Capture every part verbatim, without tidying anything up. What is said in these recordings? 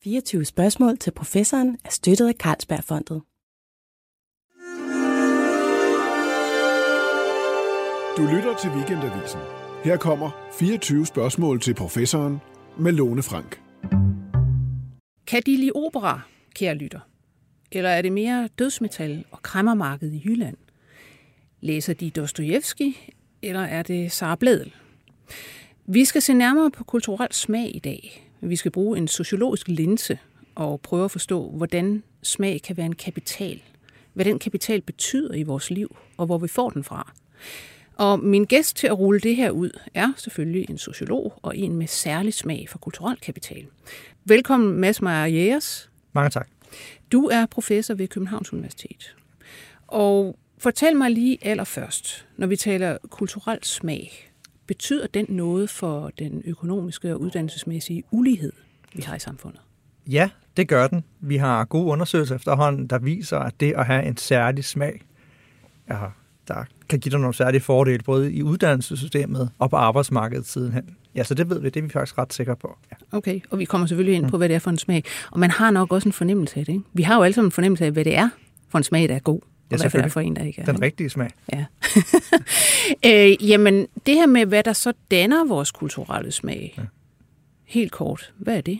fireogtyve spørgsmål til professoren er støttet af Carlsbergfondet. Du lytter til Weekendavisen. Her kommer fireogtyve spørgsmål til professoren med Lone Frank. Kan de lide opera, kære lytter? Eller er det mere dødsmetal og kræmmermarked i Jylland? Læser de Dostojevskij, eller er det Sara Blædel? Vi skal se nærmere på kulturel smag i dag. Vi skal bruge en sociologisk linse og prøve at forstå, hvordan smag kan være en kapital. Hvad den kapital betyder i vores liv, og hvor vi får den fra. Og min gæst til at rulle det her ud er selvfølgelig en sociolog og en med særlig smag for kulturel kapital. Velkommen, Mads Meyer Jægers. Mange tak. Du er professor ved Københavns Universitet. Og fortæl mig lige allerførst, når vi taler kulturel smag, betyder den noget for den økonomiske og uddannelsesmæssige ulighed, vi har i samfundet? Ja, det gør den. Vi har gode undersøgelser efterhånden, der viser, at det at have en særlig smag, ja, der kan give dig nogle særlige fordele, både i uddannelsessystemet og på arbejdsmarkedet sidenhen. Ja, så det ved vi, det er vi faktisk ret sikre på. Ja. Okay, og vi kommer selvfølgelig ind på, hvad det er for en smag. Og man har nok også en fornemmelse af det, ikke? Vi har jo alle sammen en fornemmelse af, hvad det er for en smag, der er god. Ja, hvad det er for en, der ikke er. Den rigtige smag. Ja. øh, jamen, det her med, hvad der så danner vores kulturelle smag, ja. Helt kort, hvad er det?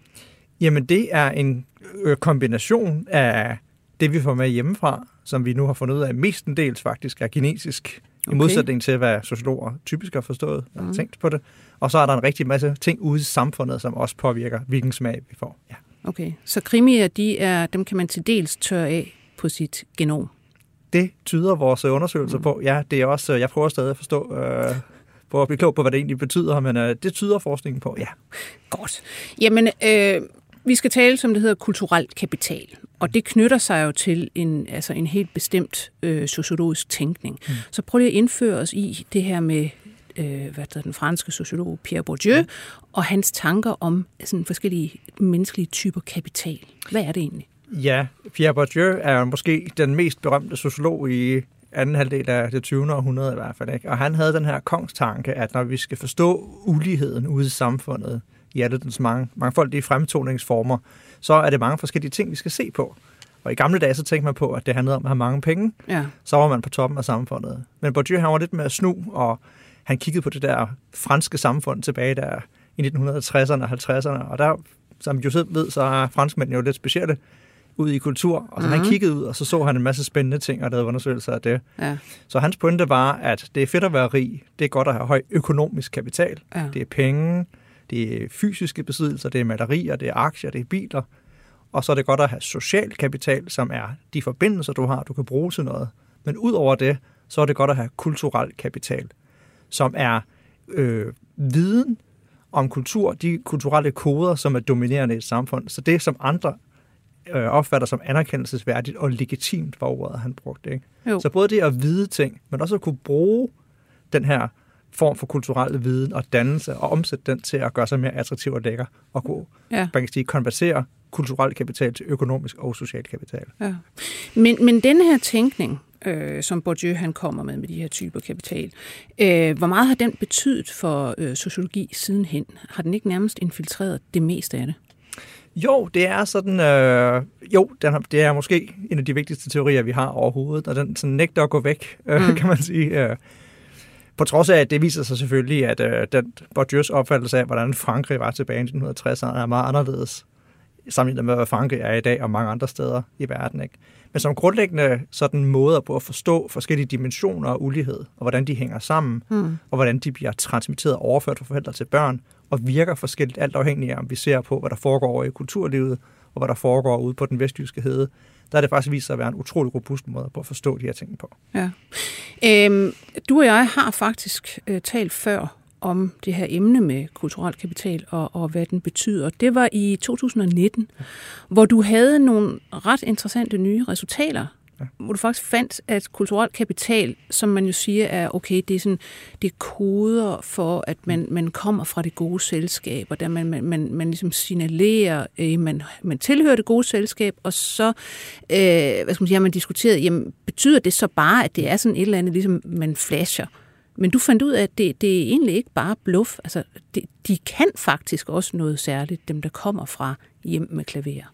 Jamen, det er en kombination af det, vi får med hjemmefra, som vi nu har fundet ud af, mestendels faktisk er genetisk, okay. I modsætning til, hvad sociologer typisk har forstået og mm. tænkt på det. Og så er der en rigtig masse ting ude i samfundet, som også påvirker, hvilken smag vi får. Ja. Okay, så krimier, de er, dem kan man til dels tørre af på sit genom? Det tyder vores undersøgelser mm. på. Ja, det er også, jeg prøver stadig at forstå, øh, prøve at blive klog på, hvad det egentlig betyder, men øh, det tyder forskningen på, ja. Godt. Jamen, øh, vi skal tale, som det hedder, kulturel kapital. Og det knytter sig jo til en, altså en helt bestemt øh, sociologisk tænkning. Mm. Så prøv lige at indføre os i det her med øh, hvad der den franske sociolog Pierre Bourdieu mm. og hans tanker om sådan forskellige menneskelige typer kapital. Hvad er det egentlig? Ja, Pierre Bourdieu er måske den mest berømte sociolog i anden halvdel af det tyvende århundrede i hvert fald. Ikke? Og han havde den her kongstanke, at når vi skal forstå uligheden ude i samfundet, i alle dens mange, mangfoldige fremtoningsformer, så er det mange forskellige ting, vi skal se på. Og i gamle dage, så tænkte man på, at det handlede om at have mange penge. Ja. Så var man på toppen af samfundet. Men Bourdieu, han var lidt mere snu, og han kiggede på det der franske samfund tilbage der i nitten tresserne og halvtredserne. Og der, som jo selv ved, så er franskmændene jo lidt specielle ud i kultur. Og så mm-hmm. han kiggede ud, og så så han en masse spændende ting, og lavede undersøgelser af det. Ja. Så hans pointe var, at det er fedt at være rig. Det er godt at have høj økonomisk kapital. Ja. Det er penge, det er fysiske besiddelser, det er malerier, det er aktier, det er biler. Og så er det godt at have social kapital, som er de forbindelser, du har, du kan bruge til noget. Men ud over det, så er det godt at have kulturel kapital, som er øh, viden om kultur, de kulturelle koder, som er dominerende i et samfund. Så det, som andre øh, opfatter som anerkendelsesværdigt og legitimt, var ordet, han brugte. Ikke? Så både det at vide ting, men også at kunne bruge den her form for kulturel viden og dannelse, og omsætte den til at gøre sig mere attraktiv og lækker, og kunne ja. man kan sige, konvertere kulturel kapital til økonomisk og social kapital. Ja. Men, men den her tænkning, øh, som Bourdieu han kommer med, med de her typer kapital, øh, hvor meget har den betydet for øh, sociologi sidenhen? Har den ikke nærmest infiltreret det meste af det? Jo, det er sådan, øh, jo, den har, det er måske en af de vigtigste teorier, vi har overhovedet, og den sådan nægter at gå væk, øh, mm. kan man sige. Øh, På trods af, at det viser sig selvfølgelig, at øh, den Bourdieus opfattelse af, hvordan Frankrig var tilbage i nitten tresserne, er meget anderledes sammenlignet med, hvad Frankrig er i dag og mange andre steder i verden. Ikke? Men som grundlæggende sådan måder på at forstå forskellige dimensioner af ulighed, og hvordan de hænger sammen, mm. og hvordan de bliver transmitteret og overført fra forældre til børn, og virker forskelligt alt afhængigt af, om vi ser på, hvad der foregår over i kulturlivet, og hvad der foregår ude på den vestjyske hede. Der er det faktisk vist sig at være en utrolig robust måde på at forstå de her ting på. Ja. Øhm, du og jeg har faktisk øh, talt før om det her emne med kulturel kapital og, og hvad den betyder. Det var i to tusind nitten, ja. Hvor du havde nogle ret interessante nye resultater, ja. Hvor du faktisk fandt, at kulturel kapital, som man jo siger er, okay, det er sådan, det er koder for, at man, man kommer fra det gode selskab, og der man, man, man, man ligesom signalerer, øh, man, man tilhører det gode selskab, og så, øh, hvad skal man sige, har man diskuteret, jamen, betyder det så bare, at det er sådan et eller andet, ligesom man flasher Men du fandt ud af, at det, det er egentlig ikke bare bluff. Altså, det, de kan faktisk også noget særligt, dem der kommer fra hjem med klaver.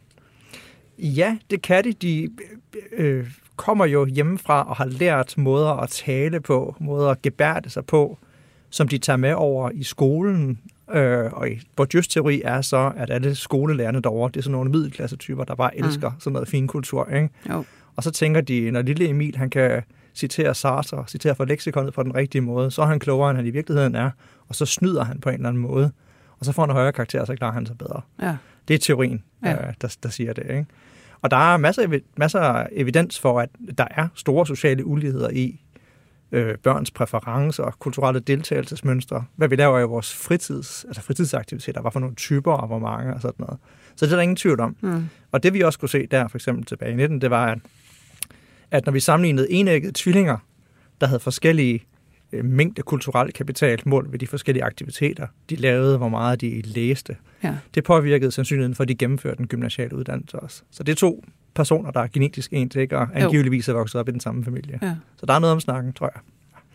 Ja, det kan de. De øh, kommer jo hjemmefra og har lært måder at tale på, måder at gebærde sig på, som de tager med over i skolen. Øh, og Bourdieu's teori er så, at alle skolelærerne derovre, det er sådan nogle middelklassetyper, der bare elsker mm. sådan noget finkultur, ikke? Jo. Og så tænker de, når lille Emil, han kan citere Sartre, citere fra leksikonet på den rigtige måde, så er han klogere, end han i virkeligheden er, og så snyder han på en eller anden måde, og så får han en højere karakter, og så klarer han sig bedre. Ja. Det er teorien, ja. øh, der, der siger det, ikke? Og der er masser, masser af evidens for, at der er store sociale uligheder i øh, børns præferencer og kulturelle deltagelsesmønstre. Hvad vi laver i vores fritids, altså fritidsaktiviteter, hvad for nogle typer og hvor mange og sådan noget. Så det er der ingen tvivl om. Mm. Og det vi også kunne se der, for eksempel tilbage i nitten, det var, at, at når vi sammenlignede enæggede tvillinger, der havde forskellige øh, mængde kulturelle kapital mål ved de forskellige aktiviteter, de lavede, hvor meget de læste. Ja. Det påvirkede sandsynligheden for, at de gennemførte en gymnasial uddannelse også. Så det er to personer, der er genetisk ens, ikke? Og angiveligvis er vokset op i den samme familie. Ja. Så der er noget om snakken, tror jeg.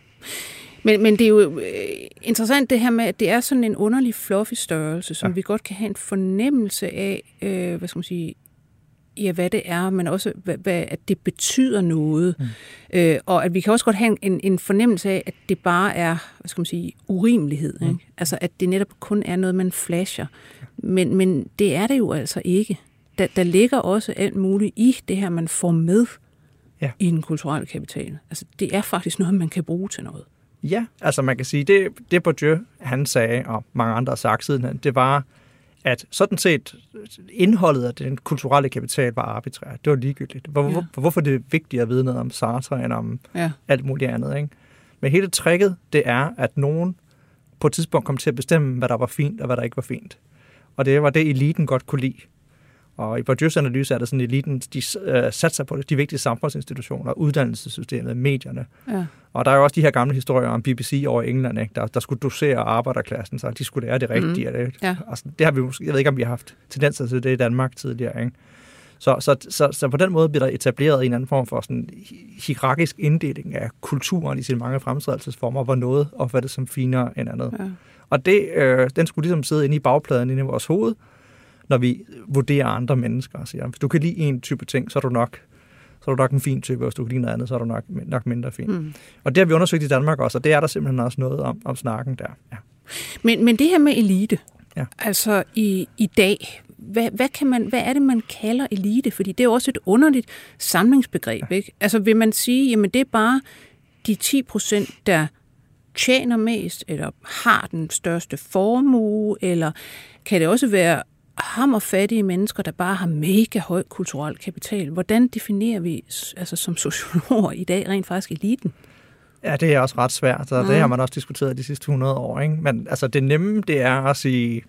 Men, men det er jo øh, interessant det her med, at det er sådan en underlig fluffy størrelse, som ja. vi godt kan have en fornemmelse af, øh, hvad skal man sige, ja, hvad det er, men også, hvad, hvad, at det betyder noget. Mm. Øh, og at vi kan også godt have en, en fornemmelse af, at det bare er, hvad skal man sige, urimelighed. Mm. Ikke? Altså, at det netop kun er noget, man flasher. Men, men det er det jo altså ikke. Der, der ligger også alt muligt i det her, man får med ja. i en kulturel kapital. Altså, det er faktisk noget, man kan bruge til noget. Ja, altså man kan sige, det, det Bourdieu, han sagde, og mange andre har sagt siden, det var, at sådan set indholdet af den kulturelle kapital var arbitrært. Det var ligegyldigt. Hvor, ja. hvor, hvorfor det er vigtigt at vide noget om Sartre end om ja. alt muligt andet, ikke? Men hele tricket, det er, at nogen på et tidspunkt kom til at bestemme, hvad der var fint og hvad der ikke var fint. Og det var det, eliten godt kunne lide. Og i Bourdieu's analyse er der sådan, at eliten, de øh, satser på det, de vigtige samfundsinstitutioner, uddannelsessystemet, medierne. Ja. Og der er jo også de her gamle historier om B B C over England, ikke? Der, der skulle dosere arbejderklassen, så de skulle lære det rigtige. Mm. Det. Ja. Altså, det har vi måske, jeg ved ikke, om vi har haft tendenser til det i Danmark tidligere, ikke? Så, så, så, så på den måde bliver der etableret en anden form for sådan hierarkisk inddeling af kulturen i sine mange fremtrædelsesformer, hvor noget opfattes som finere end andet. Ja. Og det, øh, den skulle ligesom sidde inde i bagpladen inde i vores hoved, når vi vurderer andre mennesker og siger, hvis du kan lide en type ting, så er du nok, så er du nok en fin type, og hvis du kan lide noget andet, så er du nok, nok mindre fin. Mm. Og det har vi undersøgt i Danmark også, og det er der simpelthen også noget om, om snakken der. Ja. Men, men det her med elite, ja. altså i, i dag, hvad, hvad, kan man, hvad er det, man kalder elite? Fordi det er jo også et underligt samlingsbegreb, ja. ikke? Altså vil man sige, jamen det er bare de ti procent, der tjener mest, eller har den største formue, eller kan det også være hammerfattige mennesker, der bare har mega høj kulturel kapital? Hvordan definerer vi altså som sociologer i dag rent faktisk eliten? Ja, det er også ret svært, så mm. det har man også diskuteret de sidste hundrede år, ikke? Men altså det nemme, det er at sige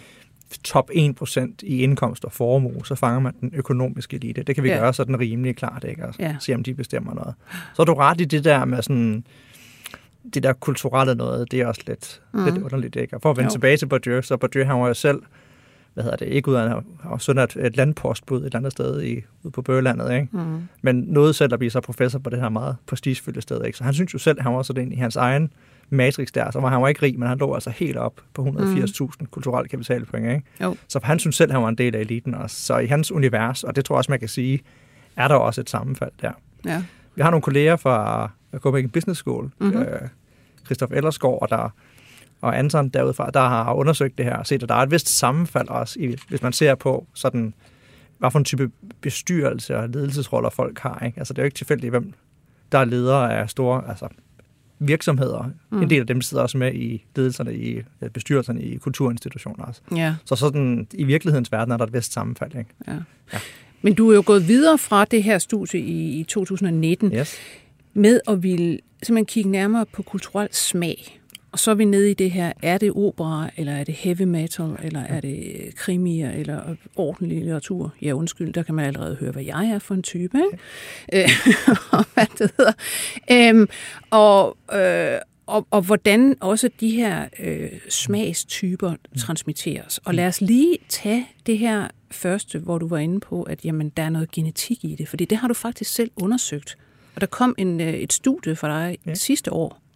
top en procent i indkomst og formue, så fanger man den økonomiske elite. Det kan vi ja. gøre sådan rimelig klart, ikke? Altså, ja. se om de bestemmer noget. Så er du ret i det der med sådan det der kulturelle noget, det er også lidt, mm. lidt underligt, ikke? Og for at vende jo. tilbage til Bourdieu, så Bourdieu, han var jo selv hvad hedder det, ikke ud af, han var sådan et, et landpostbud et eller andet sted i, ude på Bøgelandet, ikke? Mm. Men noget selv at blive så professor på det her meget prestigefyldte sted, ikke? Så han synes jo selv, at han var sådan ind i hans egen matrix der, så var han var ikke rig, men han lå altså helt op på et hundrede og firs tusind mm. kulturelle kapitalpoint, ikke? Jo. Så han synes selv, at han var en del af eliten også. Så i hans univers, og det tror jeg også, man kan sige, er der også et sammenfald der. Ja. Vi har nogle kolleger fra Copenhagen Business School, mm-hmm. øh, Christoph Ellersgaard, og der og Anton derudfra, der har undersøgt det her og set, at der er et vist sammenfald også, i, hvis man ser på sådan, hvad for en type bestyrelse og ledelsesroller folk har, ikke? Altså det er jo ikke tilfældigt, hvem der er ledere af store altså, virksomheder. Mm. En del af dem sidder også med i ledelserne, i bestyrelserne i kulturinstitutioner også. Ja. Så sådan, i virkelighedens verden er der et vist sammenfald, ikke? Ja. Ja. Men du er jo gået videre fra det her studie i, i to tusind nitten yes. med at ville simpelthen kigge nærmere på kulturel smag. Og så er vi nede i det her, er det opera, eller er det heavy metal, eller er det krimier, eller ordentlig litteratur? Ja, undskyld, der kan man allerede høre, hvad jeg er for en type, ikke? og hvad det hedder. Øhm, og, øh, og, og hvordan også de her øh, smagstyper transmitteres. Og lad os lige tage det her første, hvor du var inde på, at jamen, der er noget genetik i det, fordi det har du faktisk selv undersøgt. Og der kom en, et studie for dig ja. sidste år,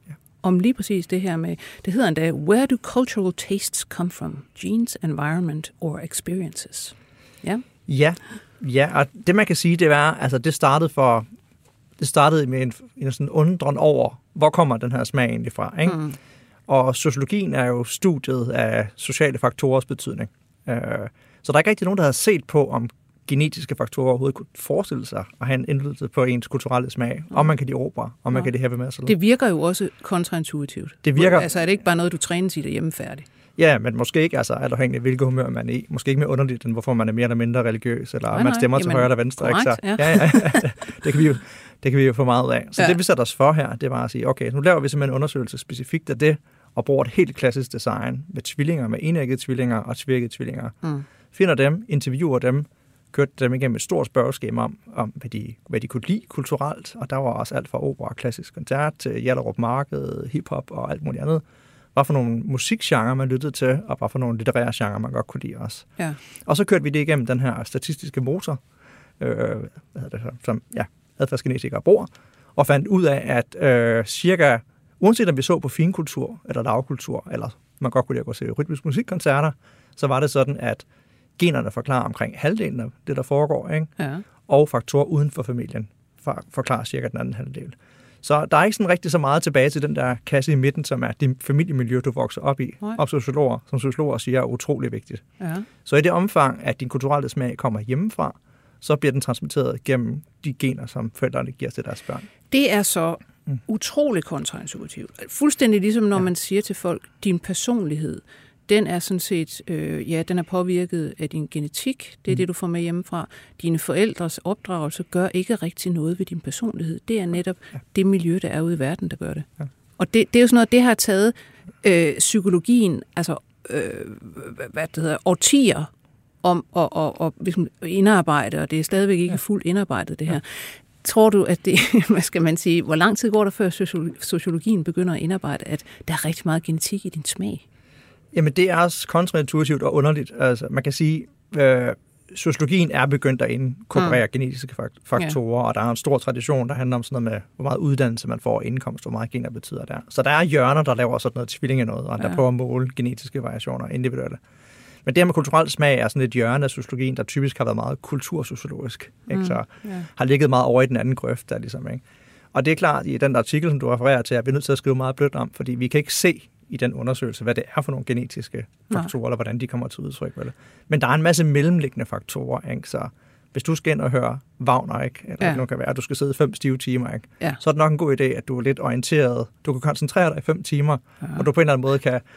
om lige præcis det her med, det hedder endda, Where do cultural tastes come from? Genes, environment or experiences? Ja. Ja, ja, og det man kan sige, det var, altså det startede for, det startede med en, en sådan undren over, hvor kommer den her smag egentlig fra, ikke? Mm. Og sociologien er jo studiet af sociale faktorers betydning. Uh, så der er ikke rigtig nogen, der har set på, om genetiske faktorer overhovedet kunne forestille sig at have en indflydelse på ens kulturelle smag, mm. om man kan lide opera, om man ja. kan lide heavy metal. Det virker jo også kontraintuitivt. Det virker. Altså er det ikke bare noget, du træner sig derhjemme færdig? Ja, men måske ikke, altså alt afhængigt af, hvilket humør man er i. Måske ikke mere underligt, end hvorfor man er mere eller mindre religiøs, eller nej, man stemmer nej, til højre eller venstre. Korrekt, ikke? Så, ja. Ja, ja, det, kan vi jo, det kan vi jo få meget ud af. Så ja. det vi sætter os for her, det var at sige, okay, nu laver vi simpelthen en undersøgelse specifikt af det, og bruger et helt klassisk design med tvillinger, med enæggede tvillinger og tvirkede tvillinger. Mm. Finder dem, interviewer dem, kørte dem igennem et stort spørgeskema om, om hvad, de, hvad de kunne lide kulturelt, og der var også alt fra opera, klassisk koncert til Hjallerup Marked, hiphop og alt muligt andet. Hvad for nogle musikgenre man lyttede til, og hvad for nogle litterære genrer man godt kunne lide også. Ja. Og så kørte vi det igennem den her statistiske motor, øh, hvad hedder det, som ja, adfærdsgenetikere bruger, og fandt ud af, at øh, cirka, uanset om vi så på finkultur eller lavkultur, eller man godt kunne lide at gå til rytmisk musikkoncerter, så var det sådan, at generne forklarer omkring halvdelen af det, der foregår, ikke? Ja. Og faktorer uden for familien for, forklarer cirka den anden halvdel. Så der er ikke sådan rigtig så meget tilbage til den der kasse i midten, som er det familiemiljø, du vokser op i. Nej. Og sociologer, som sociologer siger, er utrolig vigtigt. Ja. Så i det omfang, at din kulturelle smag kommer hjemmefra, så bliver den transmitteret gennem de gener, som forældrene giver til deres børn. Det er så mm. utrolig kontraintuitivt. Fuldstændig ligesom når ja. man siger til folk, din personlighed, den er sådan set, øh, ja, den er påvirket af din genetik. Det er mm. det, du får med hjemmefra. Dine forældres opdragelse gør ikke rigtig noget ved din personlighed. Det er netop ja. det miljø, der er ude i verden, der gør det. Ja. Og det, det er jo sådan noget, det har taget øh, psykologien, altså, øh, hvad det hedder, årtier om at og, og, ligesom indarbejde, og det er stadigvæk ikke ja. fuldt indarbejdet, det her. Ja. Tror du, at det, hvad skal man sige, hvor lang tid går der, før sociologien begynder at indarbejde, at der er rigtig meget genetik i din smag? Jamen, det er også kontraintuitivt og underligt. Altså, man kan sige, øh, sociologien er begyndt at inkorporere mm. genetiske faktorer, ja. og der er en stor tradition, der handler om sådan noget med, hvor meget uddannelse man får, indkomst, hvor meget gener betyder der. Så der er hjørner, der laver sådan noget tvillinge noget, og der ja. prøver at måle genetiske variationer individuelle. Men det her med kulturel smag er sådan et hjørne af sociologien, der typisk har været meget kultursociologisk, ikke? Så mm. yeah. har ligget meget over i den anden grøft der, ligesom, ikke? Og det er klart, i den artikel, som du refererer til, at vi er nødt til at skrive meget blødt om, fordi vi kan ikke se i den undersøgelse, hvad det er for nogle genetiske faktorer, Nej. eller hvordan de kommer til udtryk. Vel? Men der er en masse mellemliggende faktorer, ikke? Så hvis du skal ind og høre Wagner, ikke? Eller ja. det kan være, at du skal sidde fem stive timer, ikke? Ja. Så er det nok en god idé, at du er lidt orienteret. Du kan koncentrere dig i fem timer, ja. og du på en eller anden måde kan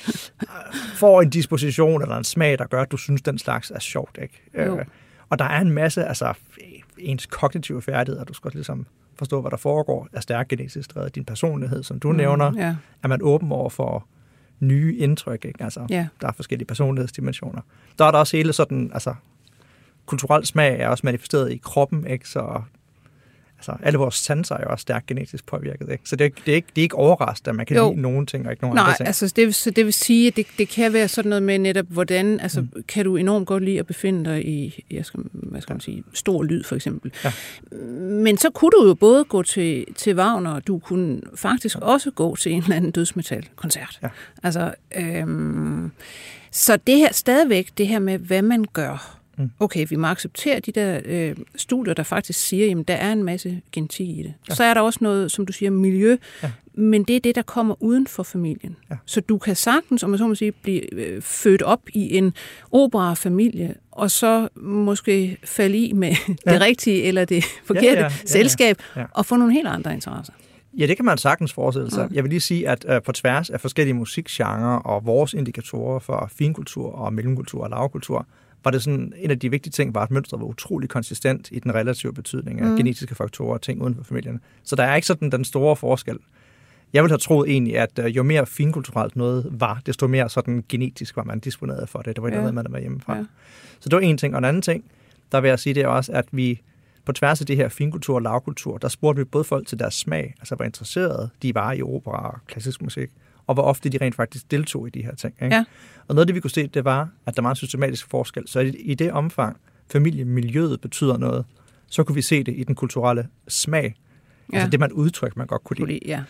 få en disposition eller en smag, der gør, at du synes, den slags er sjovt, ikke? Jo. Og der er en masse, altså ens kognitive færdigheder, du skal ligesom forstå, hvad der foregår, er stærkt genetisk drevet. Din personlighed, som du mm, nævner, ja. er man åben over for nye indtryk, ikke? Altså, ja. der er forskellige personlighedsdimensioner. Der er der også hele sådan, altså, kulturel smag er også manifesteret i kroppen, ikke? Så altså, alle vores sanser er jo også stærkt genetisk påvirket, ikke? Så det er, det er, ikke, det er ikke overraskende, at man kan jo. lide nogen ting og ikke nogen Nej, andre ting. Nej, altså det vil, det vil sige, at det, det kan være sådan noget med netop, hvordan, altså mm. kan du enormt godt lide at befinde dig i, jeg skal, hvad skal man sige, stor lyd for eksempel. Ja. Men så kunne du jo både gå til, til Wagner, og du kunne faktisk ja. også gå til en eller anden dødsmetal-koncert. Ja. Altså, øhm, så det her stadigvæk, det her med, hvad man gør. Okay, vi må acceptere de der øh, studier, der faktisk siger, at der er en masse genetik i det. Ja. Så er der også noget, som du siger, miljø, ja. men det er det, der kommer uden for familien. Ja. Så du kan sagtens, om man så må sige, blive øh, født op i en operafamilie, og så måske falde i med ja. det rigtige eller det forkerte ja, ja, ja, ja. selskab, ja. og få nogle helt andre interesser. Ja, det kan man sagtens forestille sig. Ja. Jeg vil lige sige, at uh, på tværs af forskellige musikgenrer og vores indikatorer for finkultur og mellemkultur og lavkultur, var det sådan, en af de vigtige ting var, at mønstret var utrolig konsistent i den relative betydning af mm. genetiske faktorer og ting uden for familien. Så der er ikke sådan den store forskel. Jeg ville have troet egentlig, at jo mere finkulturelt noget var, desto mere sådan genetisk var man disponeret for det. Det var ikke ja. noget, man var hjemmefra. Ja. Så det var en ting. Og en anden ting, der vil jeg sige, det er også, at vi på tværs af det her finkultur og lavkultur, der spurgte vi både folk til deres smag, altså hvor interesserede de var i opera og klassisk musik, og hvor ofte de rent faktisk deltog i de her ting. Ikke? Ja. Og noget af det, vi kunne se, det var, at der var en systematisk forskel. Så i det omfang, familiemiljøet betyder noget, så kunne vi se det i den kulturelle smag. Ja. Altså det, man udtryk, man godt kunne lide. Ja.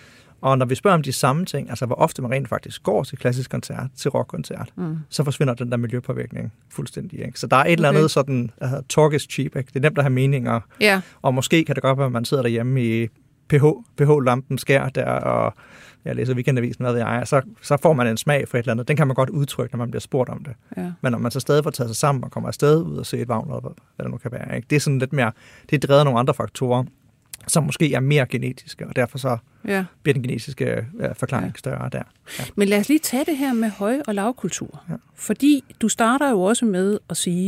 Og når vi spørger om de samme ting, altså hvor ofte man rent faktisk går til klassisk koncert, til rockkoncert, mm. så forsvinder den der miljøpåvirkning fuldstændig. Ikke? Så der er et okay. eller andet sådan, altså, talk is cheap, ikke? Det er nemt at have meninger, ja. og måske kan det godt være, at man sidder derhjemme i P H, P H-lampen skær der, og jeg læser Weekendavisen, hvad ved jeg, så, så får man en smag for et eller andet. Den kan man godt udtrykke, når man bliver spurgt om det. Ja. Men når man så stadig får taget sig sammen og kommer afsted ud og se et vagn, eller hvad det nu kan være, ikke? Det er sådan lidt mere, det er drevet af nogle andre faktorer, som måske er mere genetiske, og derfor så ja. bliver den genetiske ja, forklaring ja. større der. Ja. Men lad os lige tage det her med høj- og lavkultur. Ja. Fordi du starter jo også med at sige,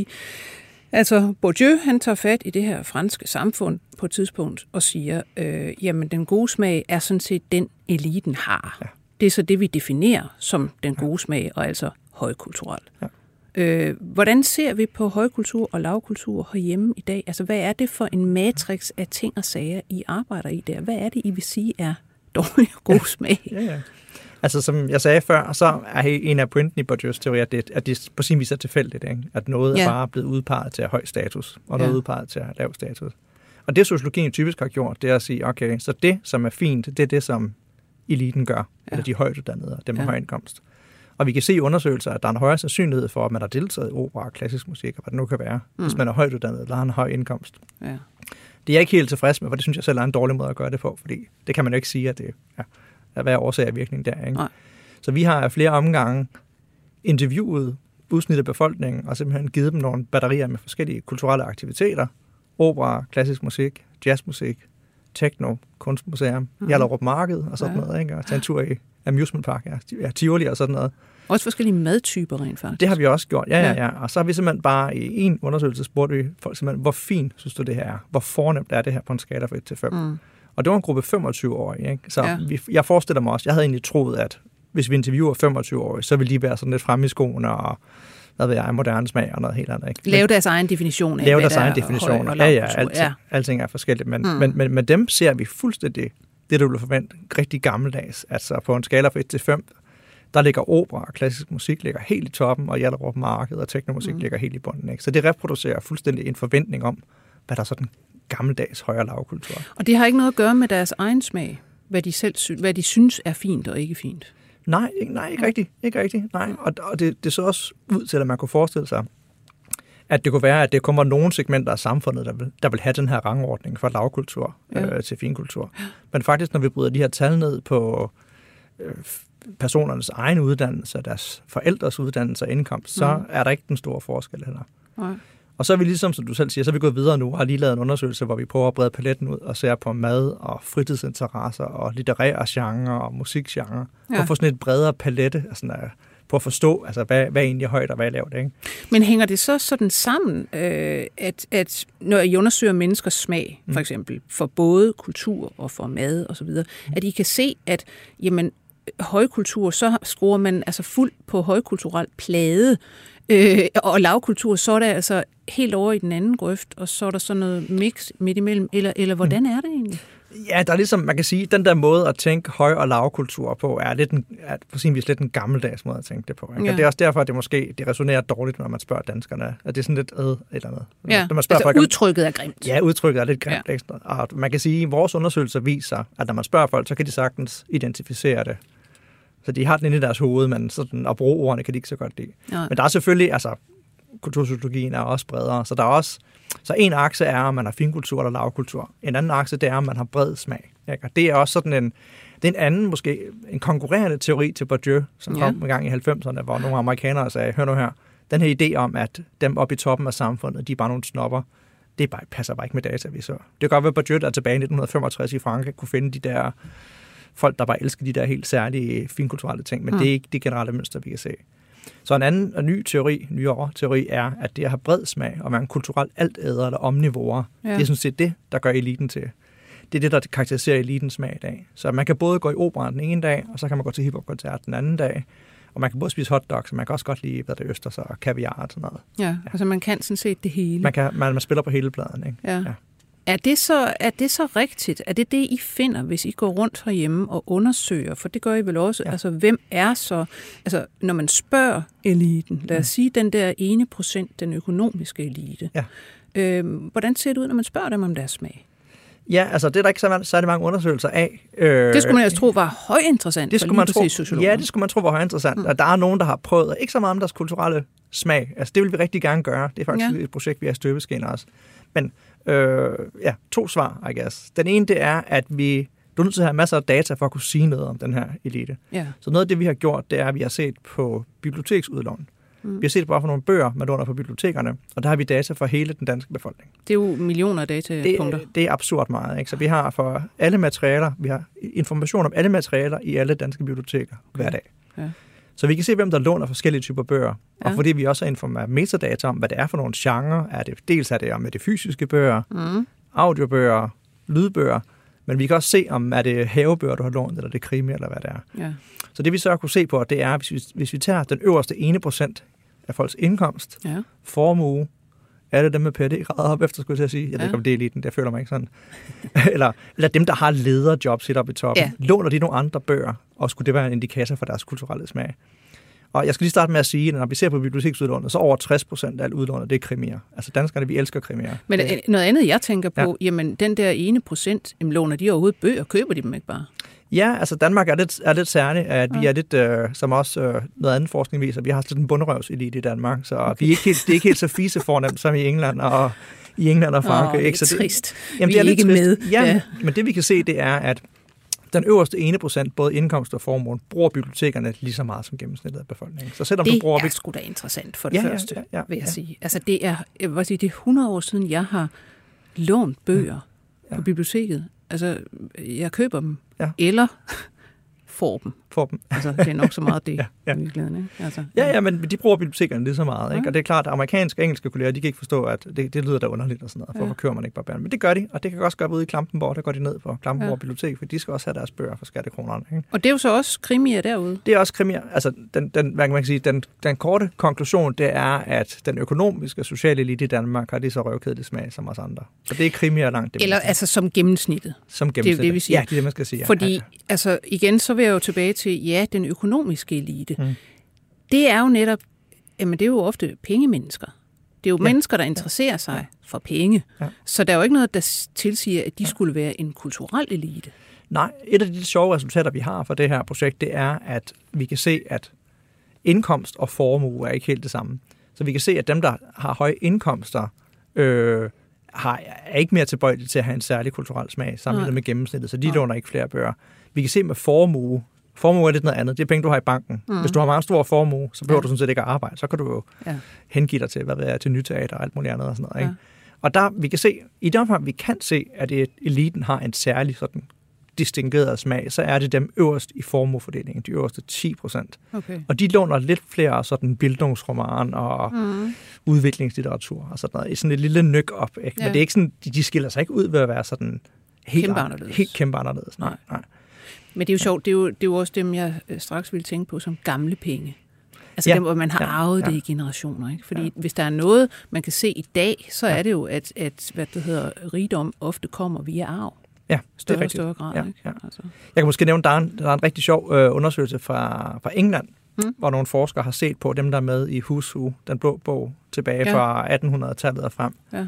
altså Bourdieu, han tager fat i det her franske samfund på et tidspunkt og siger, øh, jamen den gode smag er sådan set den, eliten har. Ja. Det er så det, vi definerer som den gode smag, og altså højkulturel. Ja. Øh, hvordan ser vi på højkultur og lavkultur herhjemme i dag? Altså, hvad er det for en matrix af ting og sager, I arbejder i der? Hvad er det, I vil sige er dårlig og god smag? Ja, ja. Altså, som jeg sagde før, så er en af pointen i Bourdieu's teori, at det, at det på sin vis er tilfældigt, ikke? At noget ja. er bare blevet udpeget til at have høj status, og noget ja. udpeget til at have lav status. Og det, sociologien typisk har gjort, det er at sige, okay, så det, som er fint, det er det, som eliten gør, ja. eller de højtuddannede, og dem med ja. høj indkomst. Og vi kan se i undersøgelser, at der er en højere sandsynlighed for, at man har deltaget i opera og klassisk musik, og hvad det nu kan være, mm. hvis man er højtuddannet eller har en høj indkomst. Ja. Det er jeg ikke helt tilfreds med, for det synes jeg selv er en dårlig måde at gøre det på, fordi det kan man jo ikke sige, at det ja, er hvad årsag af virkning der. Ikke? Så vi har flere omgange interviewet udsnit af befolkningen, og simpelthen givet dem nogle batterier med forskellige kulturelle aktiviteter, opera, klassisk musik, jazzmusik, techno, kunstmuseum, mm. Hjallerup Marked og sådan ja. noget, ikke? Og tage en tur i Amusement Park, ja, ja, Tivoli og sådan noget. Også forskellige madtyper rent faktisk. Det har vi også gjort, ja, ja, ja. Og så har vi simpelthen bare i en undersøgelse spurgt vi folk simpelthen, hvor fint synes du det her er? Hvor fornemt er det her på en skala fra et til fem? Mm. Og det var en gruppe femogtyve-årige, ikke? Så ja. vi, jeg forestiller mig også, jeg havde egentlig troet, at hvis vi interviewer femogtyve-årige, så ville de være sådan lidt fremme i skoene og hvad ved jeg, moderne smag og noget helt andet. Ikke? Lave deres egen definition af, Lave deres egen definition. Ja, ja, alt, ja. Alting er forskelligt, men, mm. men, men med dem ser vi fuldstændig det, du vil forvente, rigtig gammeldags. Altså på en skala fra et til fem, der ligger opera og klassisk musik ligger helt i toppen, og Hjallerup Marked og teknomusik mm. ligger helt i bunden. Ikke? Så det reproducerer fuldstændig en forventning om, hvad der er sådan gammeldags højere lavkultur. Og det har ikke noget at gøre med deres egen smag, hvad de selv synes, hvad de synes er fint og ikke fint? Nej, ikke, nej, ikke rigtigt. Ikke rigtigt. Nej. Og, og det, det så også ud til, at man kunne forestille sig, at det kunne være, at det kommer nogle segmenter af samfundet, der vil, der vil have den her rangordning fra lavkultur ja. øh, til finkultur. Ja. Men faktisk, når vi bryder de her tal ned på øh, personernes egen uddannelse, deres forældres uddannelse og indkomst, så mm. er der ikke den store forskel heller. Nej. Og så er vi ligesom, som du selv siger, så er vi gået videre nu og har lige lavet en undersøgelse, hvor vi prøver at brede paletten ud og ser på mad og fritidsinteresser og litterære genre og musikgenre. Ja. Og få sådan et bredere palette, altså på at forstå, altså hvad, hvad er egentlig højt og hvad er lavt. Ikke? Men hænger det så sådan sammen, øh, at, at når I undersøger menneskers smag, for eksempel, for både kultur og for mad og så videre, mm. at I kan se, at jamen, højkultur, så skruer man altså fuld på højkulturel plade, Øh, og lavkultur, så er der altså helt over i den anden grøft, og så er der sådan noget mix midt imellem, eller, eller hvordan er det egentlig? Ja, der er ligesom, man kan sige, den der måde at tænke høj- og lavkultur på, er, lidt en, er på sin vis lidt en gammeldags måde at tænke det på. Ikke? Ja. Det er også derfor, at det måske det resonerer dårligt, når man spørger danskerne, at det er sådan lidt øh, eller andet. Ja, når man spørger altså folk, udtrykket er grimt. Ja, udtrykket er lidt grimt. Ja. Ekstra. Og man kan sige, at vores undersøgelser viser, at når man spørger folk, så kan de sagtens identificere det. Så de har den inde i deres hoved, men sådan, at bruge ordene kan de ikke så godt lide. Nej. Men der er selvfølgelig, altså, kultursociologien er også bredere, så der er også, så en akse er, om man har finkultur eller lavkultur. En anden akse, det er, om man har bred smag. Ikke? Og det er også sådan en, det er en anden, måske en konkurrerende teori til Bourdieu, som ja. kom en gang i halvfemserne, hvor nogle amerikanere sagde, hør nu her, den her idé om, at dem oppe i toppen af samfundet, de er bare nogle snopper, det bare, passer bare ikke med data, vi så. Det kan godt være, at Bourdieu, der tilbage i nitten femogtres i Frankrig, kunne finde de der folk, der bare elsker de der helt særlige finkulturelle ting, men mm. det er ikke det generelle mønster, vi kan se. Så en anden og ny teori, nyere teori, er, at det at have bred smag og være en kulturel altæder eller omnivorer, ja. det er sådan set det, der gør eliten til. Det er det, der karakteriserer elitens smag i dag. Så man kan både gå i operaen den ene dag, og så kan man gå til hiphop-koncert den anden dag, og man kan både spise hotdogs, og man kan også godt lide, hvad der østers og kaviar og sådan noget. Ja, ja, altså man kan sådan set det hele. Man, kan, man, man spiller på hele pladen, ikke? Ja. ja. Er det, så, er det så rigtigt? Er det det, I finder, hvis I går rundt herhjemme og undersøger? For det gør I vel også. Ja. Altså, hvem er så... Altså, når man spørger eliten, lad os mm. sige den der ene procent, den økonomiske elite. Ja. Øhm, hvordan ser det ud, når man spørger dem om deres smag? Ja, altså det er der ikke så særlig mange undersøgelser af. Øh, det skulle man jo tro var højinteressant. Det skulle man tro. Ja, det skulle man tro var højinteressant. Mm. Og der er nogen, der har prøvet, ikke så meget om deres kulturelle smag. Altså det vil vi rigtig gerne gøre. Det er faktisk ja. et projekt, vi har støbeskiner også. Men øh, ja, to svar, I guess. Den ene, det er, at vi du er nødt til at have masser af data for at kunne sige noget om den her elite. Ja. Så noget af det, vi har gjort, det er, at vi har set på biblioteksudlån. Mm. Vi har set bare for nogle bøger, man låner på bibliotekerne, og der har vi data for hele den danske befolkning. Det er jo millioner af datapunkter. Det, det er absurd meget, ikke? Så vi har for alle materialer, vi har information om alle materialer i alle danske biblioteker okay. hver dag. Ja. Så vi kan se, hvem der låner forskellige typer bøger, ja. og fordi vi også har informeret metadata om, hvad det er for nogle genrer, er det, dels er det om det fysiske bøger, mm. audiobøger, lydbøger, men vi kan også se, om er det havebøger, du har lånt, eller det er krimi, eller hvad det er. Ja. Så det vi så har kunne se på, det er, hvis vi, hvis vi tager den øverste ene procent af folks indkomst, ja. formue, er det dem med P H D-grader op efter, skulle jeg til at sige. Jeg ja. ved ikke, om det er eliten, det føler mig ikke sådan. eller, eller dem, der har lederjobs helt oppe i toppen. Ja. Låner de nogle andre bøger, og skulle det være en indikator for deres kulturelle smag? Og jeg skal lige starte med at sige, at når vi ser på biblioteksudlånet, så over tres procent af alt udlånet, det er krimier. Altså danskerne, vi elsker krimier. Men det, noget andet, jeg tænker på, ja. jamen den der ene procent, jamen, låner de overhovedet bøger, køber de dem ikke bare? Ja, altså Danmark er lidt, er lidt særligt, at ja. vi er lidt, øh, som også øh, noget andet forskning viser, vi har lidt en bunderøvselite i Danmark, så okay. vi er ikke helt, det er ikke helt så fisefornemt som i England og i England og Frankrig. Åh, ikke? Så det er trist. Jamen, vi det er, er ikke trist. med. Ja, ja. Men det vi kan se, det er, at den øverste ene procent, både indkomst og formue, bruger bibliotekerne lige så meget som gennemsnittet af befolkningen. Så selvom det du bruger er vi... sgu da interessant for det ja, første, ja, ja, ja, vil jeg ja. sige. Altså det er, jeg vil sige, det er hundrede år siden, jeg har lånt bøger ja. på biblioteket. Altså, jeg køber dem, ja. eller får dem. Får dem. Altså, det er nok så meget det, ja, ja. i virkeligheden, ikke? Altså, ja, ja, men de bruger bibliotekerne lige så meget, ikke? Ja. Og det er klart, at amerikanske og engelske kolleger, de kan ikke forstå, at det, det lyder da underligt og sådan noget, hvorfor ja. kører man ikke bare bæren? Men det gør de, og det kan også gøre ude i Klampenborg, der går de ned på Klampenborg ja. Bibliotek, for de skal også have deres bøger for skattekronerne, ikke? Og det er jo så også krimier derude? Det er også krimier. Altså, den, den, hvad kan man sige, den, den korte konklusion, det er, at den økonomiske og sociale elite i Danmark har lige så røvkedelig smag som os andre. Og det er krimier langt det. Eller altså som gennemsnittet. Som gennemsnittet. Det er det, vi siger. Ja, det er det, man skal sige. Fordi, ja, ja. altså igen, så vil jeg jo tilbage til, ja, den økonomiske elite. Mm. Det er jo netop, jamen det er jo ofte pengemennesker. Det er jo ja. mennesker, der interesserer sig ja. for penge. Ja. Så der er jo ikke noget, der tilsiger, at de ja. skulle være en kulturel elite. Nej, et af de sjove resultater, vi har for det her projekt, det er, at vi kan se, at indkomst og formue er ikke helt det samme. Så vi kan se, at dem, der har høje indkomster, øh, har, er ikke mere tilbøjelige til at have en særlig kulturel smag, sammenlignet med gennemsnittet, så de Nej. låner ikke flere bøger. Vi kan se med formue, formue er lidt noget andet. Det er penge, du har i banken. Mm. Hvis du har meget stor formue, så behøver ja. du sådan set ikke at arbejde. Så kan du jo ja. hengive dig til, hvad det er, til nyteater og alt muligt andet og sådan noget. Ikke? Ja. Og der, vi kan se, i det omfang, vi kan se, at eliten har en særlig sådan distingueret smag, så er det dem øverst i formuefordelingen, de øverste ti procent. Okay. Og de låner lidt flere sådan bildungsroman og mm. udviklingslitteratur og sådan noget. I sådan et lille nyk op. Ikke? Ja. Men det er ikke sådan, de, de skiller sig ikke ud ved at være sådan helt kæmpe anderledes. Helt kæmpe anderledes. Nej, nej. Men det er jo sjovt, det er jo, det er jo også dem, jeg straks ville tænke på som gamle penge. Altså ja. dem, hvor man har ja. arvet ja. det i generationer. Ikke? Fordi ja. hvis der er noget, man kan se i dag, så er det jo, at, at hvad det hedder, rigdom ofte kommer via arv. Ja, større og større grad. Ja, ikke? ja. Altså. Jeg kan måske nævne, der er en, der er en rigtig sjov øh, undersøgelse fra, fra England, mm. hvor nogle forskere har set på dem, der er med i Who's Who, den blå bog, tilbage ja. fra attenhundredetallet og frem. Ja.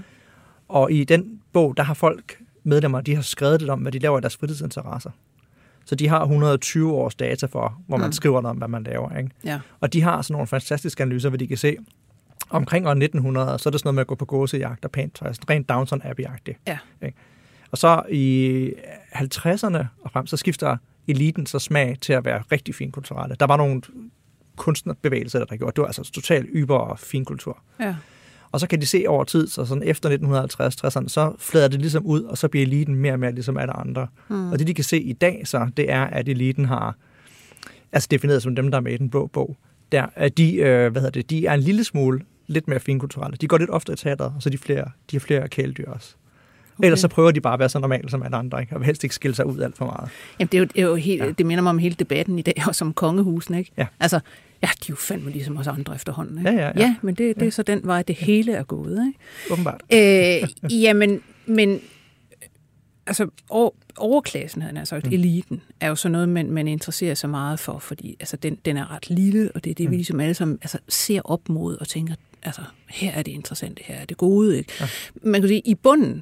Og i den bog, der har folk, medlemmer, de har skrevet lidt om, hvad de laver i deres fritidsinteresser. Så de har et hundrede og tyve års data for, hvor man mm. skriver noget om, hvad man laver. Ikke? Ja. Og de har sådan nogle fantastiske analyser, hvor de kan se, omkring år nitten hundrede, så er det sådan noget med at gå på gåsejagt og pænt tøj, rent Downton Abbey-agtigt. Ja. Ikke? Og så i halvtredserne og frem, så skifter eliten så smag til at være rigtig finkulturelle. Der var nogle kunstnerbevægelser, der gjorde. Det var altså totalt yber og finkultur. Ja. Og så kan de se over tid, så sådan efter nitten halvtreds tresserne, så flader det ligesom ud, og så bliver eliten mere og mere ligesom alle andre. Mm. Og det, de kan se i dag, så det er, at eliten har, altså defineret som dem, der er med i den blå bog, der, at de, øh, hvad hedder det, de er en lille smule lidt mere finkulturelle. De går lidt oftere i teateret, og så er de, flere, de har flere kæledyr også. Okay. Ellers så prøver de bare at være så normale som alle andre, ikke? Og vil helst ikke skille sig ud alt for meget. Jamen, det er jo, det er jo helt, ja. det minder mig om hele debatten i dag, også om kongehusene, ikke? Ja. Altså, ja, de er jo fandme ligesom os andre efterhånden, ikke? Ja, ja, ja. ja men det, det er ja. så den vej, det hele er gået, ikke? Åbenbart. Øh, jamen, men altså, over, overklassen, havde jeg sagt, mm. eliten, er jo så noget, man, man interesserer sig meget for, fordi altså, den, den er ret lille, og det er det, mm. vi ligesom alle sammen altså, ser op mod og tænker, altså, her er det interessante, her er det gode, ikke? Ja. Man kan sige, i bunden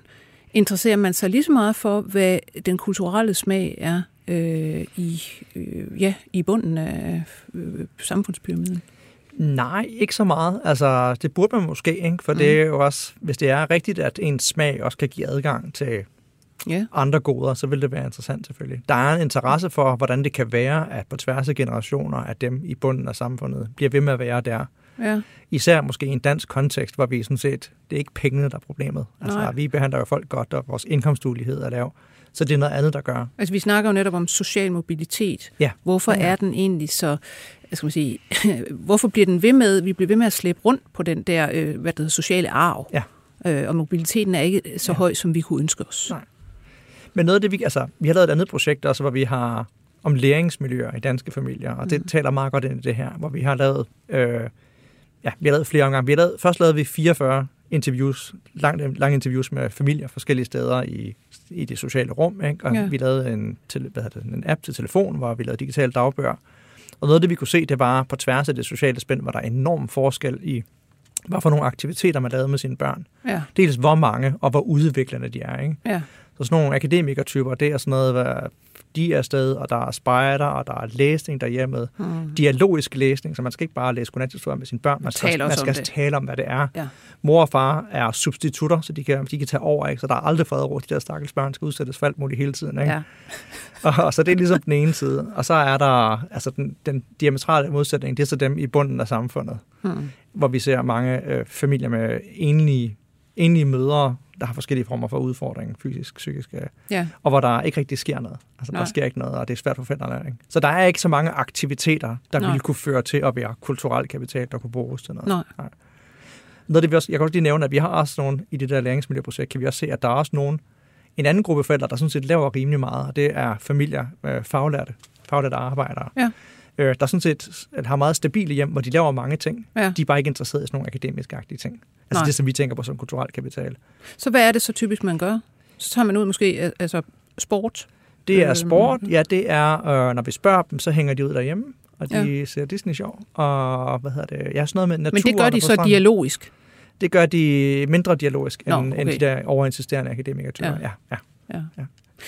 interesserer man sig lige så meget for, hvad den kulturelle smag er øh, i, øh, ja, i bunden af øh, samfundspyramiden? Nej, ikke så meget. Altså, det burde man måske, ikke? For mm. det er jo også, hvis det er rigtigt, at ens smag også kan give adgang til yeah. andre goder, så vil det være interessant selvfølgelig. Der er en interesse for, hvordan det kan være, at på tværs af generationer, at dem i bunden af samfundet bliver ved med at være der. Ja. Især måske i en dansk kontekst, hvor vi sådan set, det er ikke pengene, der er problemet. Altså, Nej. vi behandler jo folk godt, og vores indkomstulighed er lav. Så det er noget andet, der gør. Altså, vi snakker jo netop om social mobilitet. Ja. Hvorfor ja. er den egentlig så, skal man sige, hvorfor bliver den ved med, vi bliver ved med at slæbe rundt på den der, øh, hvad det hedder, sociale arv? Ja. Øh, og mobiliteten er ikke så ja. høj, som vi kunne ønske os. Nej. Men noget af det, vi, altså, vi har lavet et andet projekt også, hvor vi har om læringsmiljøer i danske familier, og det mm. taler meget godt ind i det her, hvor vi har lavet, øh, ja, vi har lavet flere omgange. Vi har lavet, først lavede vi fireogfyrre interviews, lange, lange interviews med familier forskellige steder i, i det sociale rum, ikke? Og ja. vi lavede en, til, hvad det, en app til telefon, hvor vi lavede digitale dagbøger. Og noget af det, vi kunne se, det var på tværs af det sociale spænd, var der enorm forskel i, hvad for nogle aktiviteter man lavede med sine børn. Ja. Dels hvor mange, og hvor udviklende de er, ikke? Ja. Så sådan nogle akademikertyper, det er sådan noget, hvad de er afsted, og der er spejder, og der er læsning derhjemme. Hmm. Dialogisk læsning, så man skal ikke bare læse godnathistorier med sine børn, man skal, man skal tale om, hvad det er. Ja. Mor og far er substitutter, så de kan, de kan tage over, ikke? Så der er aldrig fred over, de der stakkels børn skal udsættes for alt muligt hele tiden. Ikke? Ja. og, og så det er ligesom den ene side. Og så er der altså den, den diametrale modsætning, det er så dem i bunden af samfundet, hmm. hvor vi ser mange øh, familier med enlige, enlige mødre, der har forskellige former for udfordringer, fysisk, psykisk, ja. og hvor der ikke rigtig sker noget. Altså, Nej. der sker ikke noget, og det er svært for forældrene. Ikke? Så der er ikke så mange aktiviteter, der Nej. ville kunne føre til at være kulturel kapital, der kunne bruges til noget. Nej. Nej. Noget, det vi også, jeg kan også lige nævne, at vi har også nogle, i det der læringsmiljøprojekt, kan vi også se, at der er også nogle, en anden gruppe forældre, der sådan set laver rimelig meget, og det er familier, øh, faglærte, faglærte arbejdere. Ja. Øh, der sådan set har meget stabile hjem, hvor de laver mange ting. Ja. De er bare ikke interesseret i sådan nogle akademisk-agtige ting. Altså Nej. det, som vi tænker på som kulturel kapital. Så hvad er det så typisk, man gør? Så tager man ud måske altså sport? Det er sport, ja, det er, øh, når vi spørger dem, så hænger de ud derhjemme, og de ja. ser Disney-show, og hvad hedder det, ja, sådan noget med natur. Men det gør de så stranden. Dialogisk? Det gør de mindre dialogisk, Nå, end, okay. end de der overinsisterende akademikere-typer. Ja. Ja, ja, ja. ja.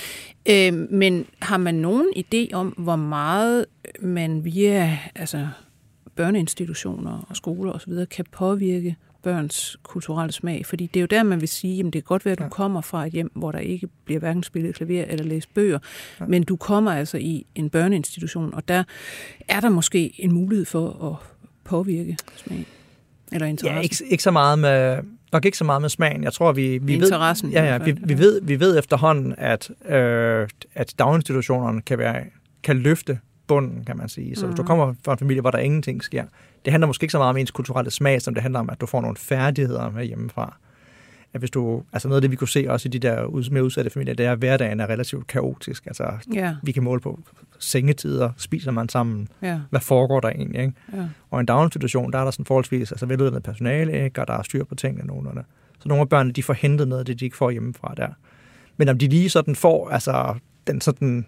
Øh, men har man nogen idé om, hvor meget man via altså, børneinstitutioner og skoler osv. kan påvirke børns kulturelle smag? Fordi det er jo der, man vil sige, at det kan godt være, at du ja. kommer fra et hjem, hvor der ikke bliver hverken spillet klaver eller læst bøger, ja. men du kommer altså i en børneinstitution, og der er der måske en mulighed for at påvirke smag eller interesse. Ja, ikke, ikke så meget med... Nok ikke så meget med smagen. Jeg tror, vi, vi interessen. Ved, ja, ja, vi, vi, ved, vi ved efterhånden, at, øh, at daginstitutionerne kan, være, kan løfte bunden, kan man sige. Så mm. hvis du kommer fra en familie, hvor der ingenting sker, det handler måske ikke så meget om ens kulturelle smag, som det handler om, at du får nogle færdigheder med hjemmefra. At hvis du, altså noget af det, vi kunne se også i de der mere udsatte familier, det er, at hverdagen er relativt kaotisk. Altså, yeah. vi kan måle på sengetider, spiser man sammen, yeah. hvad foregår der egentlig, ikke? Yeah. Og i en daginstitution, der er der sådan forholdsvis altså veluddannet personale, ikke? Og der er styr på tingene nogenlunde. Så nogle af børnene, de får hentet noget af det, de ikke får hjemmefra der. Men om de lige sådan får, altså, den sådan,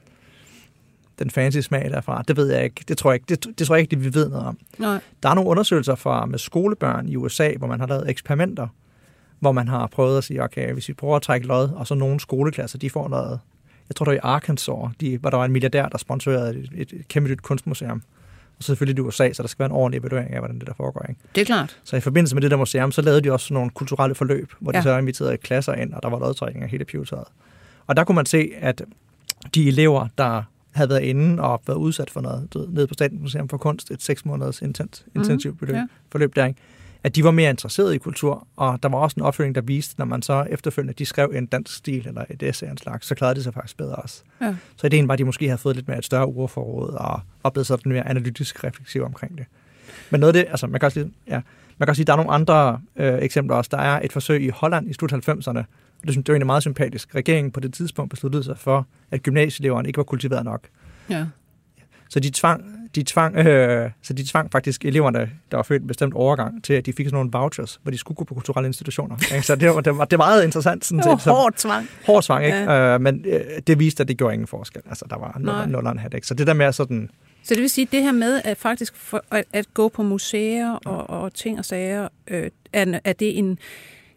den fancy smag derfra, det ved jeg ikke. Det tror jeg ikke, det, det tror jeg ikke, det vi ved noget om. Nej. Der er nogle undersøgelser fra med skolebørn i U S A, hvor man har lavet eksperimenter, hvor man har prøvet at sige, okay, hvis vi prøver at trække lod, og så nogle skoleklasser, de får noget, jeg tror, der var i Arkansas, de, hvor der var en milliardær, der sponsorerede et, et, et kæmpe nyt kunstmuseum. Og så selvfølgelig i U S A, så der skal være en ordentlig evaluering af, hvordan det der foregår. Ikke? Det er klart. Så i forbindelse med det der museum, så lavede de også nogle kulturelle forløb, hvor ja. de så inviterede klasser ind, og der var lodtrækning af hele pivetøjet. Og der kunne man se, at de elever, der havde været inde og været udsat for noget, du ved, nede på Statens Museum for Kunst, et seks måneders intens, mm-hmm. intensivt forløb, ja. forløb der, ikke? At de var mere interesserede i kultur, og der var også en opfølging, der viste, når man så efterfølgende, de skrev en dansk stil eller et essay af en slags, så klarede de sig faktisk bedre også. Ja. Så ideen var, at de måske havde fået lidt mere et større ordforråd, og, og blevet sådan mere analytisk refleksiv omkring det. Men noget af det, altså man kan også sige, ja, man kan også sige, der er nogle andre øh, eksempler også. Der er et forsøg i Holland i slut halvfemserne, og det synes jeg er egentlig meget sympatisk. Regeringen på det tidspunkt besluttede sig for, at gymnasieeleverne ikke var kultiveret nok. Ja. Så de tvang, de tvang, øh, så de tvang faktisk eleverne, der var født en bestemt overgang, til at de fik sådan nogle vouchers, hvor de skulle gå på kulturelle institutioner. Ikke? Så det var, det var, det var meget interessant. Sådan det var set. hårdt tvang. Hårdt tvang, ikke? Ja. Øh, men øh, det viste, at det gjorde ingen forskel. Altså, der var nulleren hat, ikke? Så det der med sådan... Så det vil sige, at det her med at faktisk for, at, at gå på museer og, og ting og sager, øh, er, er det en...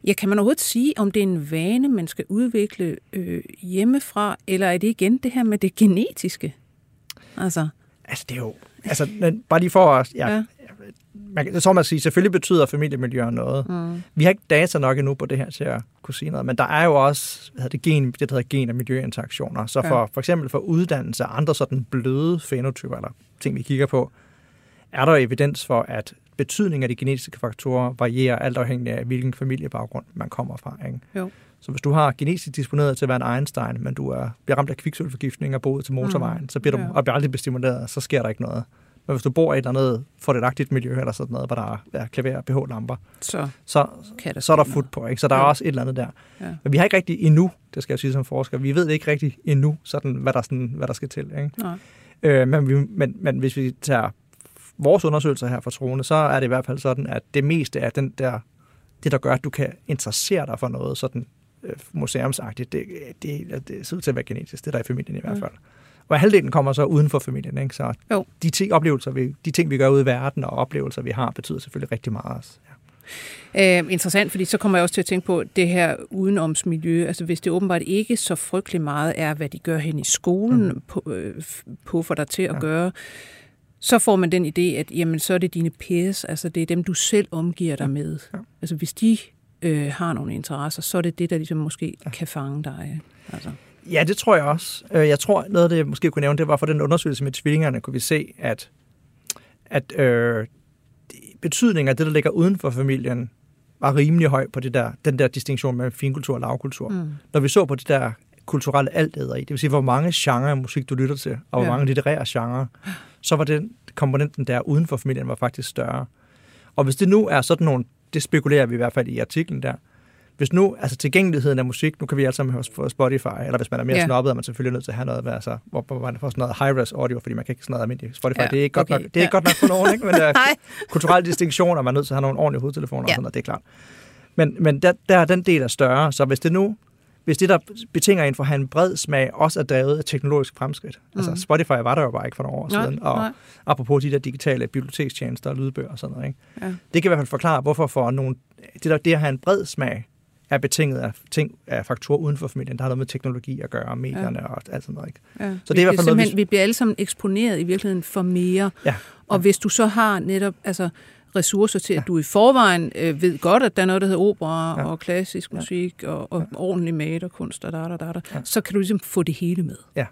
Ja, kan man overhovedet sige, om det er en vane, man skal udvikle øh, hjemmefra, eller er det igen det her med det genetiske? Altså, altså det er jo... Altså, bare lige for os... Ja, ja. Man, det er som at sige, selvfølgelig betyder familiemiljøer noget. Mm. Vi har ikke data nok endnu på det her til at kunne sige noget, men der er jo også hvad det, gen, det, der hedder gen- og miljøinteraktioner. Så for, ja. for eksempel for uddannelse og andre sådan bløde fænotyper, eller ting, vi kigger på, er der evidens for, at betydningen af de genetiske faktorer varierer alt afhængig af, hvilken familiebaggrund man kommer fra. Ikke? Jo. Så hvis du har genetisk disponeret til at være en Einstein, men du er, bliver ramt af kviksølvforgiftning og boet til motorvejen, mm. så bliver du ja. og bliver aldrig bestimuleret, så sker der ikke noget. Men hvis du bor i et eller andet fordelagtigt miljø, eller sådan noget, hvor der er klaver og pH-lamper, så, så, så er der fut på, ikke? Så der ja. er også et eller andet der. Ja. Men vi har ikke rigtig endnu, det skal jeg sige som forsker, vi ved ikke rigtig endnu, sådan, hvad, der, sådan, hvad der skal til. Ikke? Nej. Øh, men, vi, men, men hvis vi tager vores undersøgelser her fra Trone, så er det i hvert fald sådan, at det meste af den der, det, der gør, at du kan interessere dig for noget sådan øh, museumsagtigt, det, det, det ser ud til at være genetisk. Det er der i familien i hvert fald. Ja. Og halvdelen kommer så uden for familien, ikke? Så jo. de ting, oplevelser, vi, de ting, vi gør ude i verden, og oplevelser, vi har, betyder selvfølgelig rigtig meget også. Ja. Øh, interessant, fordi så kommer jeg også til at tænke på det her udenomsmiljø. Altså hvis det åbenbart ikke så frygtelig meget er, hvad de gør hen i skolen, mm. på, øh, på for dig til at ja. gøre, så får man den idé, at jamen, så er det dine peers, altså det er dem, du selv omgiver dig med. Ja. Altså hvis de øh, har nogle interesser, så er det det, der ligesom måske ja. kan fange dig. Altså. Ja, det tror jeg også. Jeg tror, noget af det, jeg måske kunne nævne, det var for den undersøgelse med tvillingerne, kunne vi se, at, at øh, betydningen af det, der ligger uden for familien, var rimelig høj på det der, den der distinktion mellem finkultur og lavkultur. Mm. Når vi så på det der kulturelle altæder i, det vil sige, hvor mange genrer af musik du lytter til, og hvor ja. mange litterære genrer, så var den komponenten der uden for familien var faktisk større. Og hvis det nu er sådan nogle, det spekulerer vi i hvert fald i artiklen der, hvis nu, altså tilgængeligheden af musik, nu kan vi alle sammen høre på Spotify, eller hvis man er mere yeah. snobbet, er man selvfølgelig nødt til at have noget, altså, hvor, hvor man får sådan noget high-res audio, fordi man kan ikke sådan noget almindeligt Spotify. Ja, det er ikke okay. godt nok, det er ja. godt nok for nogen, ikke? Men der er kulturelle distinktioner, man er nødt til at have nogle ordentlige hovedtelefoner ja. og sådan noget, det er klart. Men, men der, der er den del er større, så hvis det nu, hvis det der betinger en for at have en bred smag, også er drevet af teknologisk fremskridt. Mm. Altså Spotify var der jo bare ikke for nogle år nej, siden, og nej. apropos de der digitale bibliotekstjenester og lydbøger og sådan noget, ikke? Ja. Det kan i hvert fald forklare, hvorfor for nogle, det, der, det at have en bred smag, er betinget af ting af faktorer uden for familien. Der har noget med teknologi at gøre, medierne ja. og alt sådan noget. Ikke? Ja. Så det er i hvert fald noget, vi... vi bliver alle sammen eksponeret i virkeligheden for mere. Ja. Og ja. hvis du så har netop altså, ressourcer til, ja. at du i forvejen øh, ved godt, at der er noget, der hedder opera ja. og klassisk ja. musik og, og ja. ordentlig malerkunst og der, der, der, der, ja. så kan du ligesom få det hele med. Ja.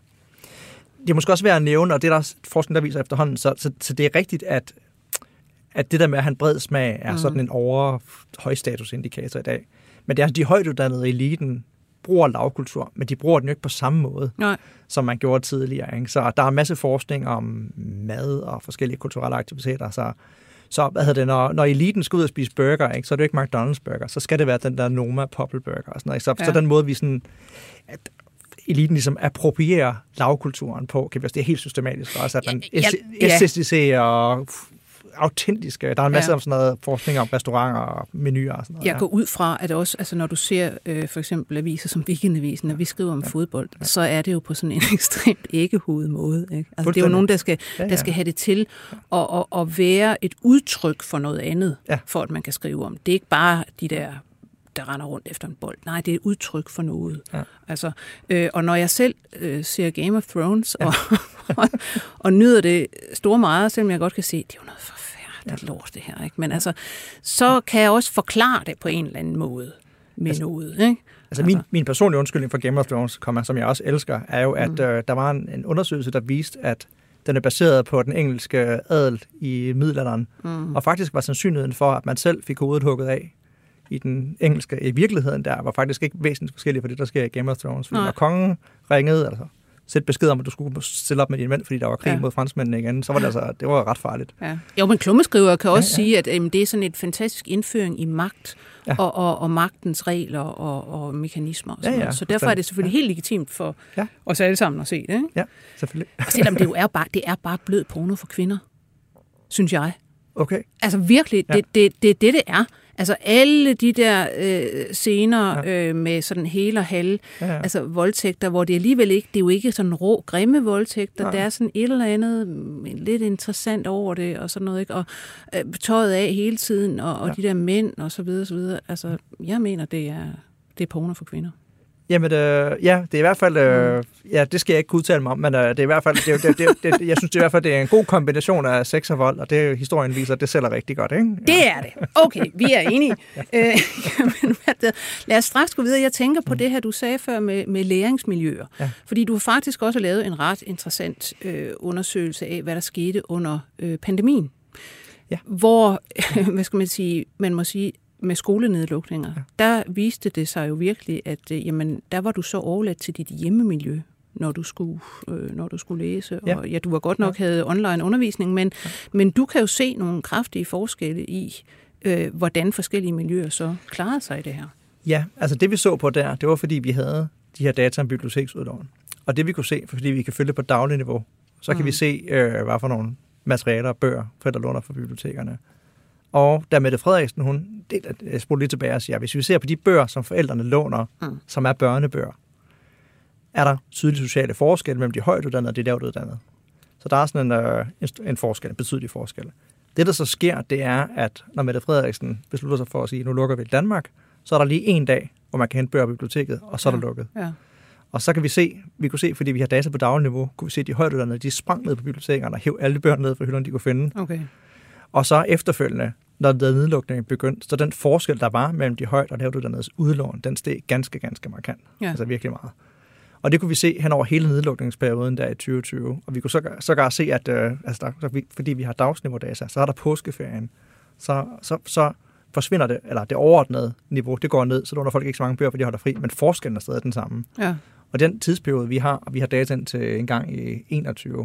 Det er måske også værd at nævne, og det er der forskning, der viser efterhånden, så, så, så det er rigtigt, at, at det der med at have en bred smag er mm. sådan en over højstatusindikator i dag. Men det er de højtuddannede eliten bruger lavkultur, men de bruger den jo ikke på samme måde, nej. som man gjorde tidligere. Ikke? Så der er en masse forskning om mad og forskellige kulturelle aktiviteter. Så, så hvad hedder det, når, når eliten skal ud og spise burger, ikke, så er det jo ikke McDonald's burger, så skal det være den der Noma Popple burger. Og sådan noget, så, ja. så den måde, vi sådan, at eliten ligesom approprierer lavkulturen på, kan vi også, det er helt systematisk også, at man æstetiserer og autentiske. Der er en masse ja. om sådan noget forskning om restauranter og menuer og sådan noget. Jeg går ud fra, at også, altså når du ser øh, for eksempel aviser som Weekendavisen, når vi skriver om ja. fodbold, ja. så er det jo på sådan en ekstremt æggehovedet måde. Ikke? Altså det er jo nogen, der skal, ja, ja. der skal have det til at, at, at være et udtryk for noget andet, ja. for at man kan skrive om. Det er ikke bare de der der render rundt efter en bold. Nej, det er et udtryk for noget. Ja. Altså, øh, og når jeg selv øh, ser Game of Thrones ja. og, og, og nyder det store meget, selvom jeg godt kan se, det er jo noget forfærdeligt ja. lort det her. Ikke? Men altså, så kan jeg også forklare det på en eller anden måde med altså, noget. Ikke? Altså, altså min, min personlige undskyldning for Game of Thrones, som jeg også elsker, er jo, at mm. øh, der var en, en undersøgelse, der viste, at den er baseret på den engelske adel i middelalderen, mm. og faktisk var sandsynligheden for, at man selv fik hovedet hugget af i den engelske, i virkeligheden der, var faktisk ikke væsentligt forskelligt for det, der sker i Game of Thrones. Fordi når kongen ringede, altså sætte besked om, at du skulle stille op med dine mænd, fordi der var krig ja. mod franskmændene igen, så var det altså, det var ret farligt. Ja. Jo, men klummeskriver kan også ja, ja. sige, at øhm, det er sådan et fantastisk indføring i magt, ja. og, og, og magtens regler og, og mekanismer. Og sådan ja, ja, så derfor er det selvfølgelig ja. helt legitimt for ja. os alle sammen at se det. Ikke? Ja, selvfølgelig. Og selvom det jo er bare, det er bare blød porno for kvinder, synes jeg. Okay. Altså virkelig, ja. det, det, det er det, det er. Altså alle de der øh, scener ja. øh, med sådan hele og halve, ja, ja. altså voldtægter, hvor det alligevel ikke, det er jo ikke sådan rå, grimme voldtægter, ja. Der er sådan et eller andet lidt interessant over det, og sådan noget, ikke? Og øh, tøjet af hele tiden, og, og ja. De der mænd, og så videre, så videre. Altså, jeg mener, det er, det er porno for kvinder. Jamen, øh, ja, det er i hvert fald, øh, ja, det skal jeg ikke kunne udtale mig om, men øh, det er i hvert fald, det, det, det, det, jeg synes det er i hvert fald, det er en god kombination af sex og vold, og det historien viser, det sælger rigtig godt, ikke? Ja. Det er det. Okay, vi er enige. ja. øh, men, lad os straks gå videre. Jeg tænker på mm. det her, du sagde før med, med læringsmiljøer, ja. Fordi du har faktisk også lavet en ret interessant øh, undersøgelse af, hvad der skete under øh, pandemien, ja. Hvor, øh, hvad skal man sige, man må sige, med skolenedlukninger, ja. Der viste det sig jo virkelig, at øh, jamen, der var du så overladt til dit hjemmemiljø, når du skulle, øh, når du skulle læse. Ja. Og ja, du var godt nok ja. Havde online undervisning, men, ja. Men du kan jo se nogle kraftige forskelle i, øh, hvordan forskellige miljøer så klarede sig i det her. Ja, altså det vi så på der, det var fordi vi havde de her data om biblioteksudlån. Og det vi kunne se, fordi vi kan følge på daglig niveau, så kan mm. vi se, øh, hvad for nogle materialer og bøger forældre låner fra bibliotekerne. Og da Mette Frederiksen, hun, det, jeg spoler lige tilbage og siger, hvis vi ser på de bøger, som forældrene låner, mm. som er børnebøger, er der tydelige sociale forskelle mellem de højtuddannede og de lavtuddannede. Så der er sådan en, øh, en, en forskel, en betydelig forskel. Det, der så sker, det er, at når Mette Frederiksen beslutter sig for at sige, nu lukker vi Danmark, så er der lige en dag, hvor man kan hente bøger på biblioteket, og så er ja. der lukket. Ja. Og så kan vi se, vi kunne se, fordi vi har data på daglig niveau, kunne vi se, at de højtuddannede, de sprang ned på bibliotekerne og hæv alle bøger ned fra hylderne, de kunne finde. Okay. Og så efterfølgende, når den nedlukning begyndte, så den forskel, der var mellem de højt- og lavtuddannedes udlån, den steg ganske, ganske markant. Ja. Altså virkelig meget. Og det kunne vi se hen over hele nedlukningsperioden der i tyve tyve. Og vi kunne så, sågar se, at øh, altså der, fordi vi har dagsniveau-data, så er der påskeferien. Så, så, så forsvinder det, eller det overordnede niveau, det går ned, så låner folk ikke så mange bøger, fordi de holder fri, men forskellen er stadig den samme. Ja. Og den tidsperiode, vi har, og vi har data ind til en gang i enogtyve,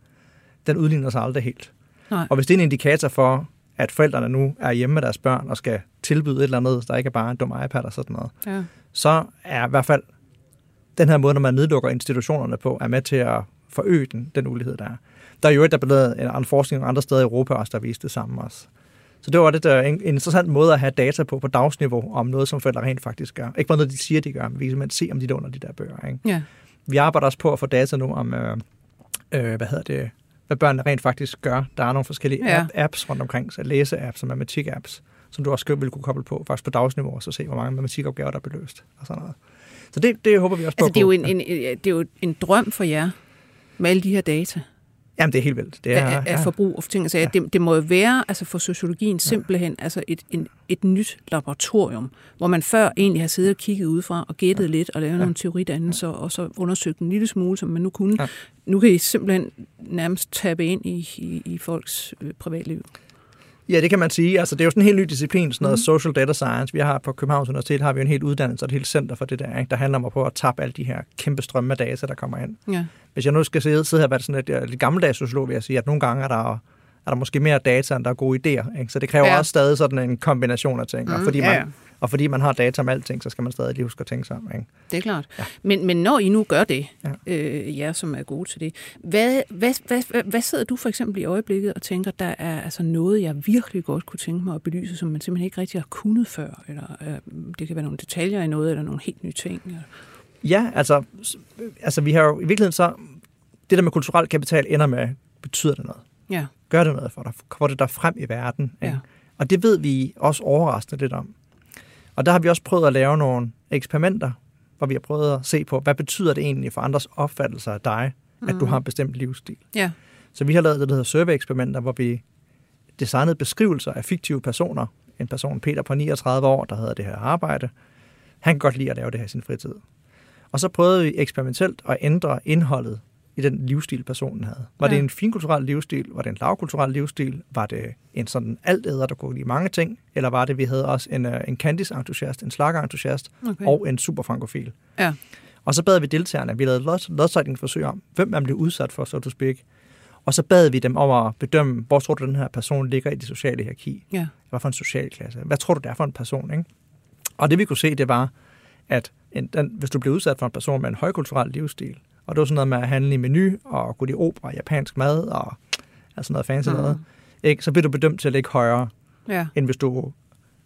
den udligner sig aldrig helt. Nej. Og hvis det er en indikator for, at forældrene nu er hjemme med deres børn og skal tilbyde et eller andet, der ikke er bare en dum iPad og sådan noget, ja. Så er i hvert fald den her måde, når man nedlukker institutionerne på, er med til at forøge den, den ulighed, der er. Der er jo et, der er blevet en anden forskning andre steder i Europa også, der viste det samme også. Så det var det der, en, en interessant måde at have data på, på dagsniveau, om noget, som forældre rent faktisk gør. Ikke bare noget, de siger, de gør, men vi kan simpelthen se, om de låner de der bøger. Ikke? Ja. Vi arbejder også på at få data nu om, øh, øh, hvad hedder det, hvad børnene rent faktisk gør. Der er nogle forskellige ja. apps rundt omkring, så læse-apps og matematik-apps, som du også vil kunne koble på, faktisk på dagsniveau, og så se, hvor mange matematikopgaver, der er beløst, og sådan noget. Så det, det håber vi også på. Altså, det, er jo en, en, det er jo en drøm for jer, med alle de her data. Jamen, det er helt vildt. Det er, af, af ja. forbrug og ting. Altså, ja. det, det må jo være altså for sociologien simpelthen altså et, en, et nyt laboratorium, hvor man før egentlig har siddet og kigget udefra og gættet ja. lidt og lavet ja. nogle teoridannelser, og så undersøgt en lille smule, som man nu kunne. Ja. Nu kan I simpelthen nærmest tabe ind i, i, i folks øh, privatliv. Ja, det kan man sige. Altså, det er jo sådan en helt ny disciplin, sådan noget mm. social data science. Vi har på Københavns Universitet har vi en helt uddannelse og et helt center for det der, ikke? Der handler om at prøve at tappe alle de her kæmpe strømme af data, der kommer ind. Ja. Hvis jeg nu skal sidde, sidde her og være sådan lidt, lidt gammeldags sociolog, vil jeg sige, at nogle gange er der, er der måske mere data, end der er gode idéer. Ikke? Så det kræver ja. også stadig sådan en kombination af ting. Mm, og, fordi man, ja, ja. og fordi man har data om alting, så skal man stadig lige huske at tænke sig om. Ikke? Det er klart. Ja. Men, men når I nu gør det, ja. øh, jer som er gode til det, hvad, hvad, hvad, hvad, hvad sidder du for eksempel i øjeblikket og tænker, der er altså noget, jeg virkelig godt kunne tænke mig at belyse, som man simpelthen ikke rigtig har kunnet før? Eller øh, det kan være nogle detaljer i noget, eller nogle helt nye ting? Eller? Ja, altså, altså vi har jo i virkeligheden så, det der med kulturel kapital ender med, betyder det noget? Ja. Gør det noget for dig? Får det der frem i verden? Ja. Og det ved vi også overraskende lidt om. Og der har vi også prøvet at lave nogle eksperimenter, hvor vi har prøvet at se på, hvad betyder det egentlig for andres opfattelser af dig, mm. at du har en bestemt livsstil. Ja. Så vi har lavet det, der hedder survey-eksperimenter, hvor vi designede beskrivelser af fiktive personer. En person, Peter på niogtredive år, der hedder det her arbejde. Han kan godt lide at lave det her i sin fritid. Og så prøvede vi eksperimentelt at ændre indholdet i den livsstil, personen havde. Var ja. det en finkulturel livsstil? Var det en lavkulturel livsstil? Var det en sådan altæder, der kunne lide mange ting? Eller var det, vi havde også en, en Candice-entusiast, en Slager-entusiast okay. og en superfrankofil? Ja. Og så bad vi deltagerne, vi lavede lodtrækningsforsøg om, hvem man blev udsat for, so to speak. Og så bad vi dem om at bedømme, hvor tror du, den her person ligger i det sociale hierarki? Ja. Hvad for en social klasse? Hvad tror du, det er for en person? Ikke? Og det vi kunne se, det var, at en, den, hvis du blev udsat for en person med en højkulturel livsstil, og det var sådan noget med at handle i menu, og gå i opera, japansk mad, og altså noget fancy mm. noget, ikke? Så bliver du bedømt til at ligge højere, ja. end hvis du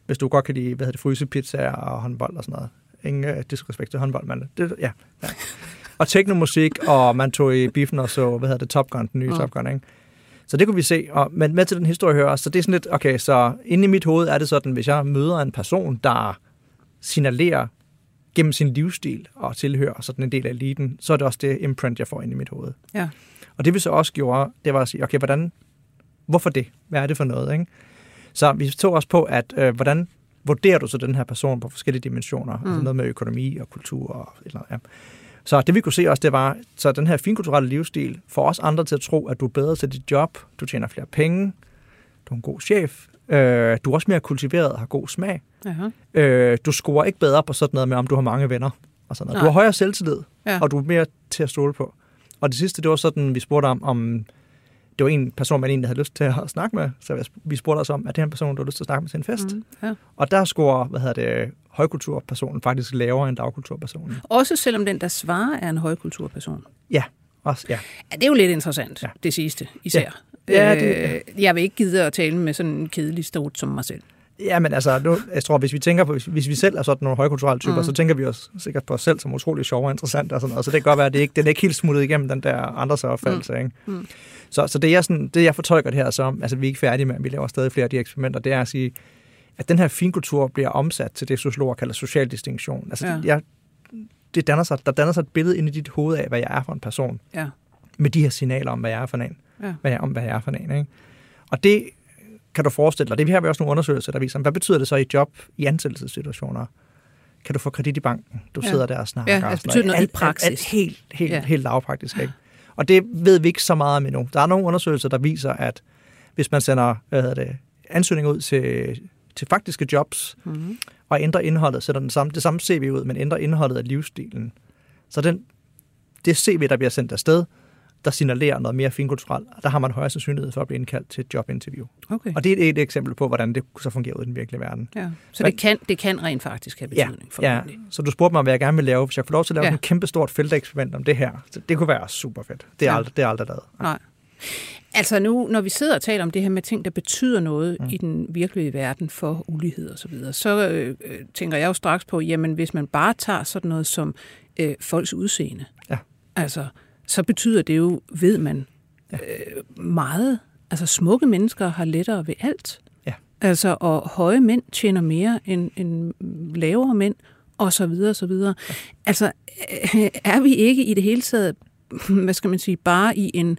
hvis du godt kan lide, hvad hedder det, frysepizzaer og håndbold og sådan noget. Ingen uh, disrespekt til håndbold, men det, ja, ja. Og teknomusik, og man tog i biffen og så, hvad hedder det, Top Gun, den nye mm. Top Gun, ikke? Så det kunne vi se, og, men med til den historie hører så det er sådan lidt, okay, så inde i mit hoved er det sådan, hvis jeg møder en person, der signalerer gennem sin livsstil og tilhører sådan en del af eliten, så er det også det imprint, jeg får inde i mit hoved. Ja. Og det vi så også gjorde, det var at sige, okay, hvordan, hvorfor det? Hvad er det for noget, ikke? Så vi tog også på, at øh, hvordan vurderer du så den her person på forskellige dimensioner, mm. altså noget med økonomi og kultur og et eller andet, ja. Så det vi kunne se også, det var, så den her finkulturelle livsstil får os andre til at tro, at du er bedre til dit job, du tjener flere penge, du er en god chef, øh, du er også mere kultiveret og har god smag. Uh-huh. Øh, du scorer ikke bedre på sådan noget med, om du har mange venner og sådan noget. Du har højere selvtillid, ja. Og du er mere til at stole på. Og det sidste, det var sådan, vi spurgte om, om det var en person, man egentlig havde lyst til at snakke med, så vi spurgte os om, at det er en person, du har lyst til at snakke med til en fest. Mm, ja. Og der scorer, hvad hedder det, højkulturpersonen faktisk lavere end dagkulturpersonen. Også selvom den, der svarer, er en højkulturperson? Ja, også, ja. Ja, det er jo lidt interessant, ja. Det sidste især. Ja. Ja, det, ja. Jeg vil ikke gide at tale med sådan en kedelig stort som mig selv. Ja, men altså, nu, jeg tror, hvis vi tænker på, hvis vi selv er sådan nogle højkulturelle typer, mm. så tænker vi os sikkert på os selv som utrolig sjove og interessant og sådan noget. Så det kan godt være, at det ikke, den er ikke helt smuttet igennem den der andres opfattelse, mm. ikke? Mm. Så, så det, jeg sådan, det, jeg fortolker det her som, altså vi er ikke færdige med, vi laver stadig flere af de eksperimenter, det er at sige, at den her finkultur bliver omsat til det, sociologer kalder social distinktion. Altså, ja. det, jeg, det danner sig, der danner sig et billede inde i dit hoved af, hvad jeg er for en person. Ja. Med de her signaler om, hvad jeg er for en. Ja. Hvad jeg, om, hvad jeg er for en, ikke? Og det kan du forestille dig, det har vi også nogle undersøgelser, der viser, hvad betyder det så i job, i ansættelsessituationer? Kan du få kredit i banken? Du ja. sidder der og snakker. Ja, det betyder noget i praksis. Alt, alt, helt, helt, ja. helt lavpraktisk, ikke? Og det ved vi ikke så meget om endnu. Der er nogle undersøgelser, der viser, at hvis man sender hvad hedder det, ansøgninger ud til, til faktiske jobs, mm-hmm. og ændrer indholdet, sætter den samme, det samme C V ud, men ændrer indholdet af livsstilen, så den, det C V, der bliver sendt afsted, der signalerer noget mere finkulturelt, der har man højere sandsynlighed for at blive indkaldt til et jobinterview. Okay. Og det er et, et eksempel på, hvordan det så fungerer ud i den virkelige verden. Ja. Så men, det, kan, det kan rent faktisk have betydning for ja, ja. Så du spurgte mig, hvad jeg gerne vil lave. Hvis jeg får lov til at lave ja. et kæmpestort felteksperiment om det her, så det kunne være super fedt. Det er, ja. aldrig, det er aldrig lavet. Ja. Nej. Altså nu, når vi sidder og taler om det her med ting, der betyder noget mm. i den virkelige verden for ulighed og så videre, så øh, tænker jeg jo straks på, jamen hvis man bare tager sådan noget som øh, folks udseende, ja. altså så betyder det jo, ved man, ja. øh, meget. Altså smukke mennesker har lettere ved alt. Ja. Altså, og høje mænd tjener mere end, end lavere mænd, og så videre, og så videre. Ja. Altså, øh, er vi ikke i det hele taget, hvad skal man sige, bare i en,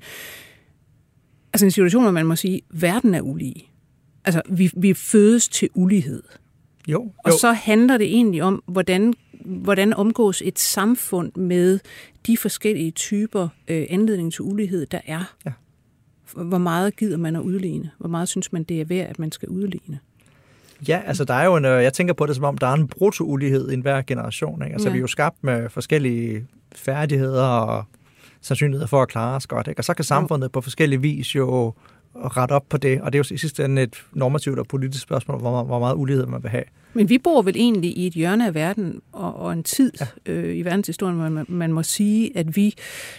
altså en situation, hvor man må sige, verden er ulige. Altså, vi, vi fødes til ulighed. Jo, jo. Og så handler det egentlig om, hvordan hvordan omgås et samfund med de forskellige typer øh, anledning til ulighed, der er. Ja. Hvor meget gider man at udligne? Hvor meget synes man, det er værd, at man skal udligne? Ja, altså der er jo en, jeg tænker på det som om, der er en brutoulighed i enhver generation. Ikke? Altså ja. Vi er jo skabt med forskellige færdigheder og sandsynligheder for at klare os godt. Ikke? Og så kan samfundet jo. på forskellige vis jo rette op på det, og det er jo i sidste ende et normativt og politisk spørgsmål, hvor, hvor meget ulighed man vil have. Men vi bor vel egentlig i et hjørne af verden, og, og en tid ja. øh, i verdenshistorien, hvor man, man må sige, at vi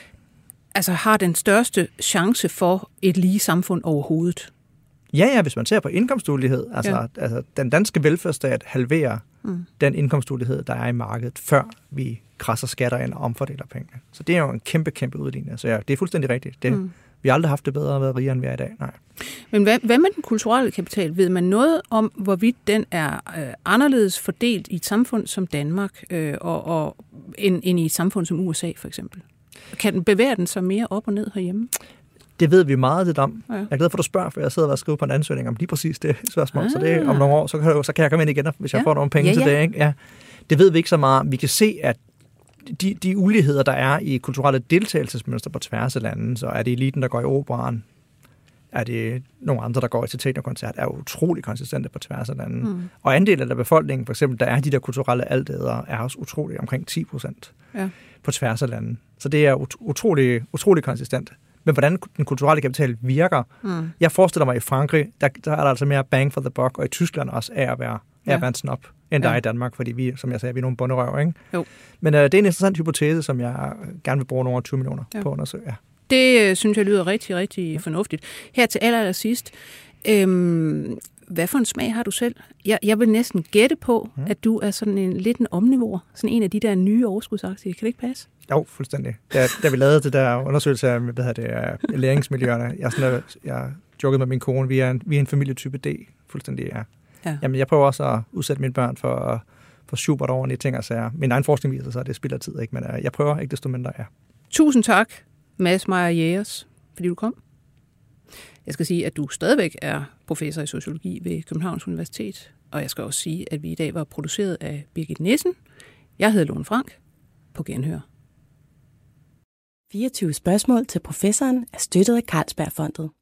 altså, har den største chance for et lige samfund overhovedet. Ja, ja, hvis man ser på indkomstulighed, altså, ja. altså den danske velfærdsstat halverer mm. den indkomstulighed, der er i markedet, før vi krasser skatter ind og omfordeler penge. Så det er jo en kæmpe, kæmpe udligning. Så ja, det er fuldstændig rigtigt. Det, mm. Vi har aldrig haft det bedre at være rigere, end vi er i dag. Nej. Men hvad, hvad med den kulturelle kapital? Ved man noget om, hvorvidt den er øh, anderledes fordelt i et samfund som Danmark, øh, og, og, end, end i et samfund som U S A for eksempel? Kan den bevæge den sig mere op og ned herhjemme? Det ved vi meget lidt om. Ja. Jeg er glad for, at du spørger, for jeg sidder og skriver på en ansøgning om lige præcis det spørgsmål. Ah. Så det om nogle år, så kan, så kan jeg komme ind igen, hvis jeg ja. får nogle penge ja, ja. til det. Ikke? Ja. Det ved vi ikke så meget. Vi kan se, at de, de uligheder, der er i kulturelle deltagelsesmønstre på tværs af landet, så er det eliten, der går i operaen, er det nogle andre, der går til teknokoncert, er utrolig konsistente på tværs af landet. Mm. Og andelen af befolkningen, for eksempel, der er de der kulturelle altædere, er også utrolig omkring ti procent ja. på tværs af landet. Så det er ut- utrolig, utrolig konsistent. Men hvordan den kulturelle kapital virker, mm. jeg forestiller mig i Frankrig, der, der er der altså mere bang for the buck, og i Tyskland også er at være, ja. at være en snop, end ja. der er i Danmark, fordi vi, som jeg sagde, vi er nogle bunderøv, ikke? Jo. Men øh, det er en interessant hypotese, som jeg gerne vil bruge nogle tyve millioner ja. på at undersøge. Ja. Det øh, synes jeg lyder rigtig, rigtig ja. fornuftigt. Her til aller, aller sidst, øhm, hvad for en smag har du selv? Jeg, jeg vil næsten gætte på, mm. at du er sådan en lidt en omnivor. Sådan en af de der nye overskudsaktier. Kan det ikke passe? Jo, fuldstændig. Da, da vi lavede det der undersøgelse af hvad hedder det, læringsmiljøerne, jeg, sådan, jeg joggede med min kone, vi er en, vi er en familietype D, fuldstændig ja. ja. Jamen, jeg prøver også at udsætte mine børn for, for super ordentlige ting og sager. Min egen forskning viser sig, at det spilder tid, ikke? Men jeg prøver ikke desto mindre, ja. Tusind tak, Mads Meyer Jægers, fordi du kom. Jeg skal sige, at du stadigvæk er professor i sociologi ved Københavns Universitet, og jeg skal også sige, at vi i dag var produceret af Birgit Nissen. Jeg hedder Lone Frank. På genhør. fireogtyve spørgsmål til professoren er støttet af Carlsbergfondet.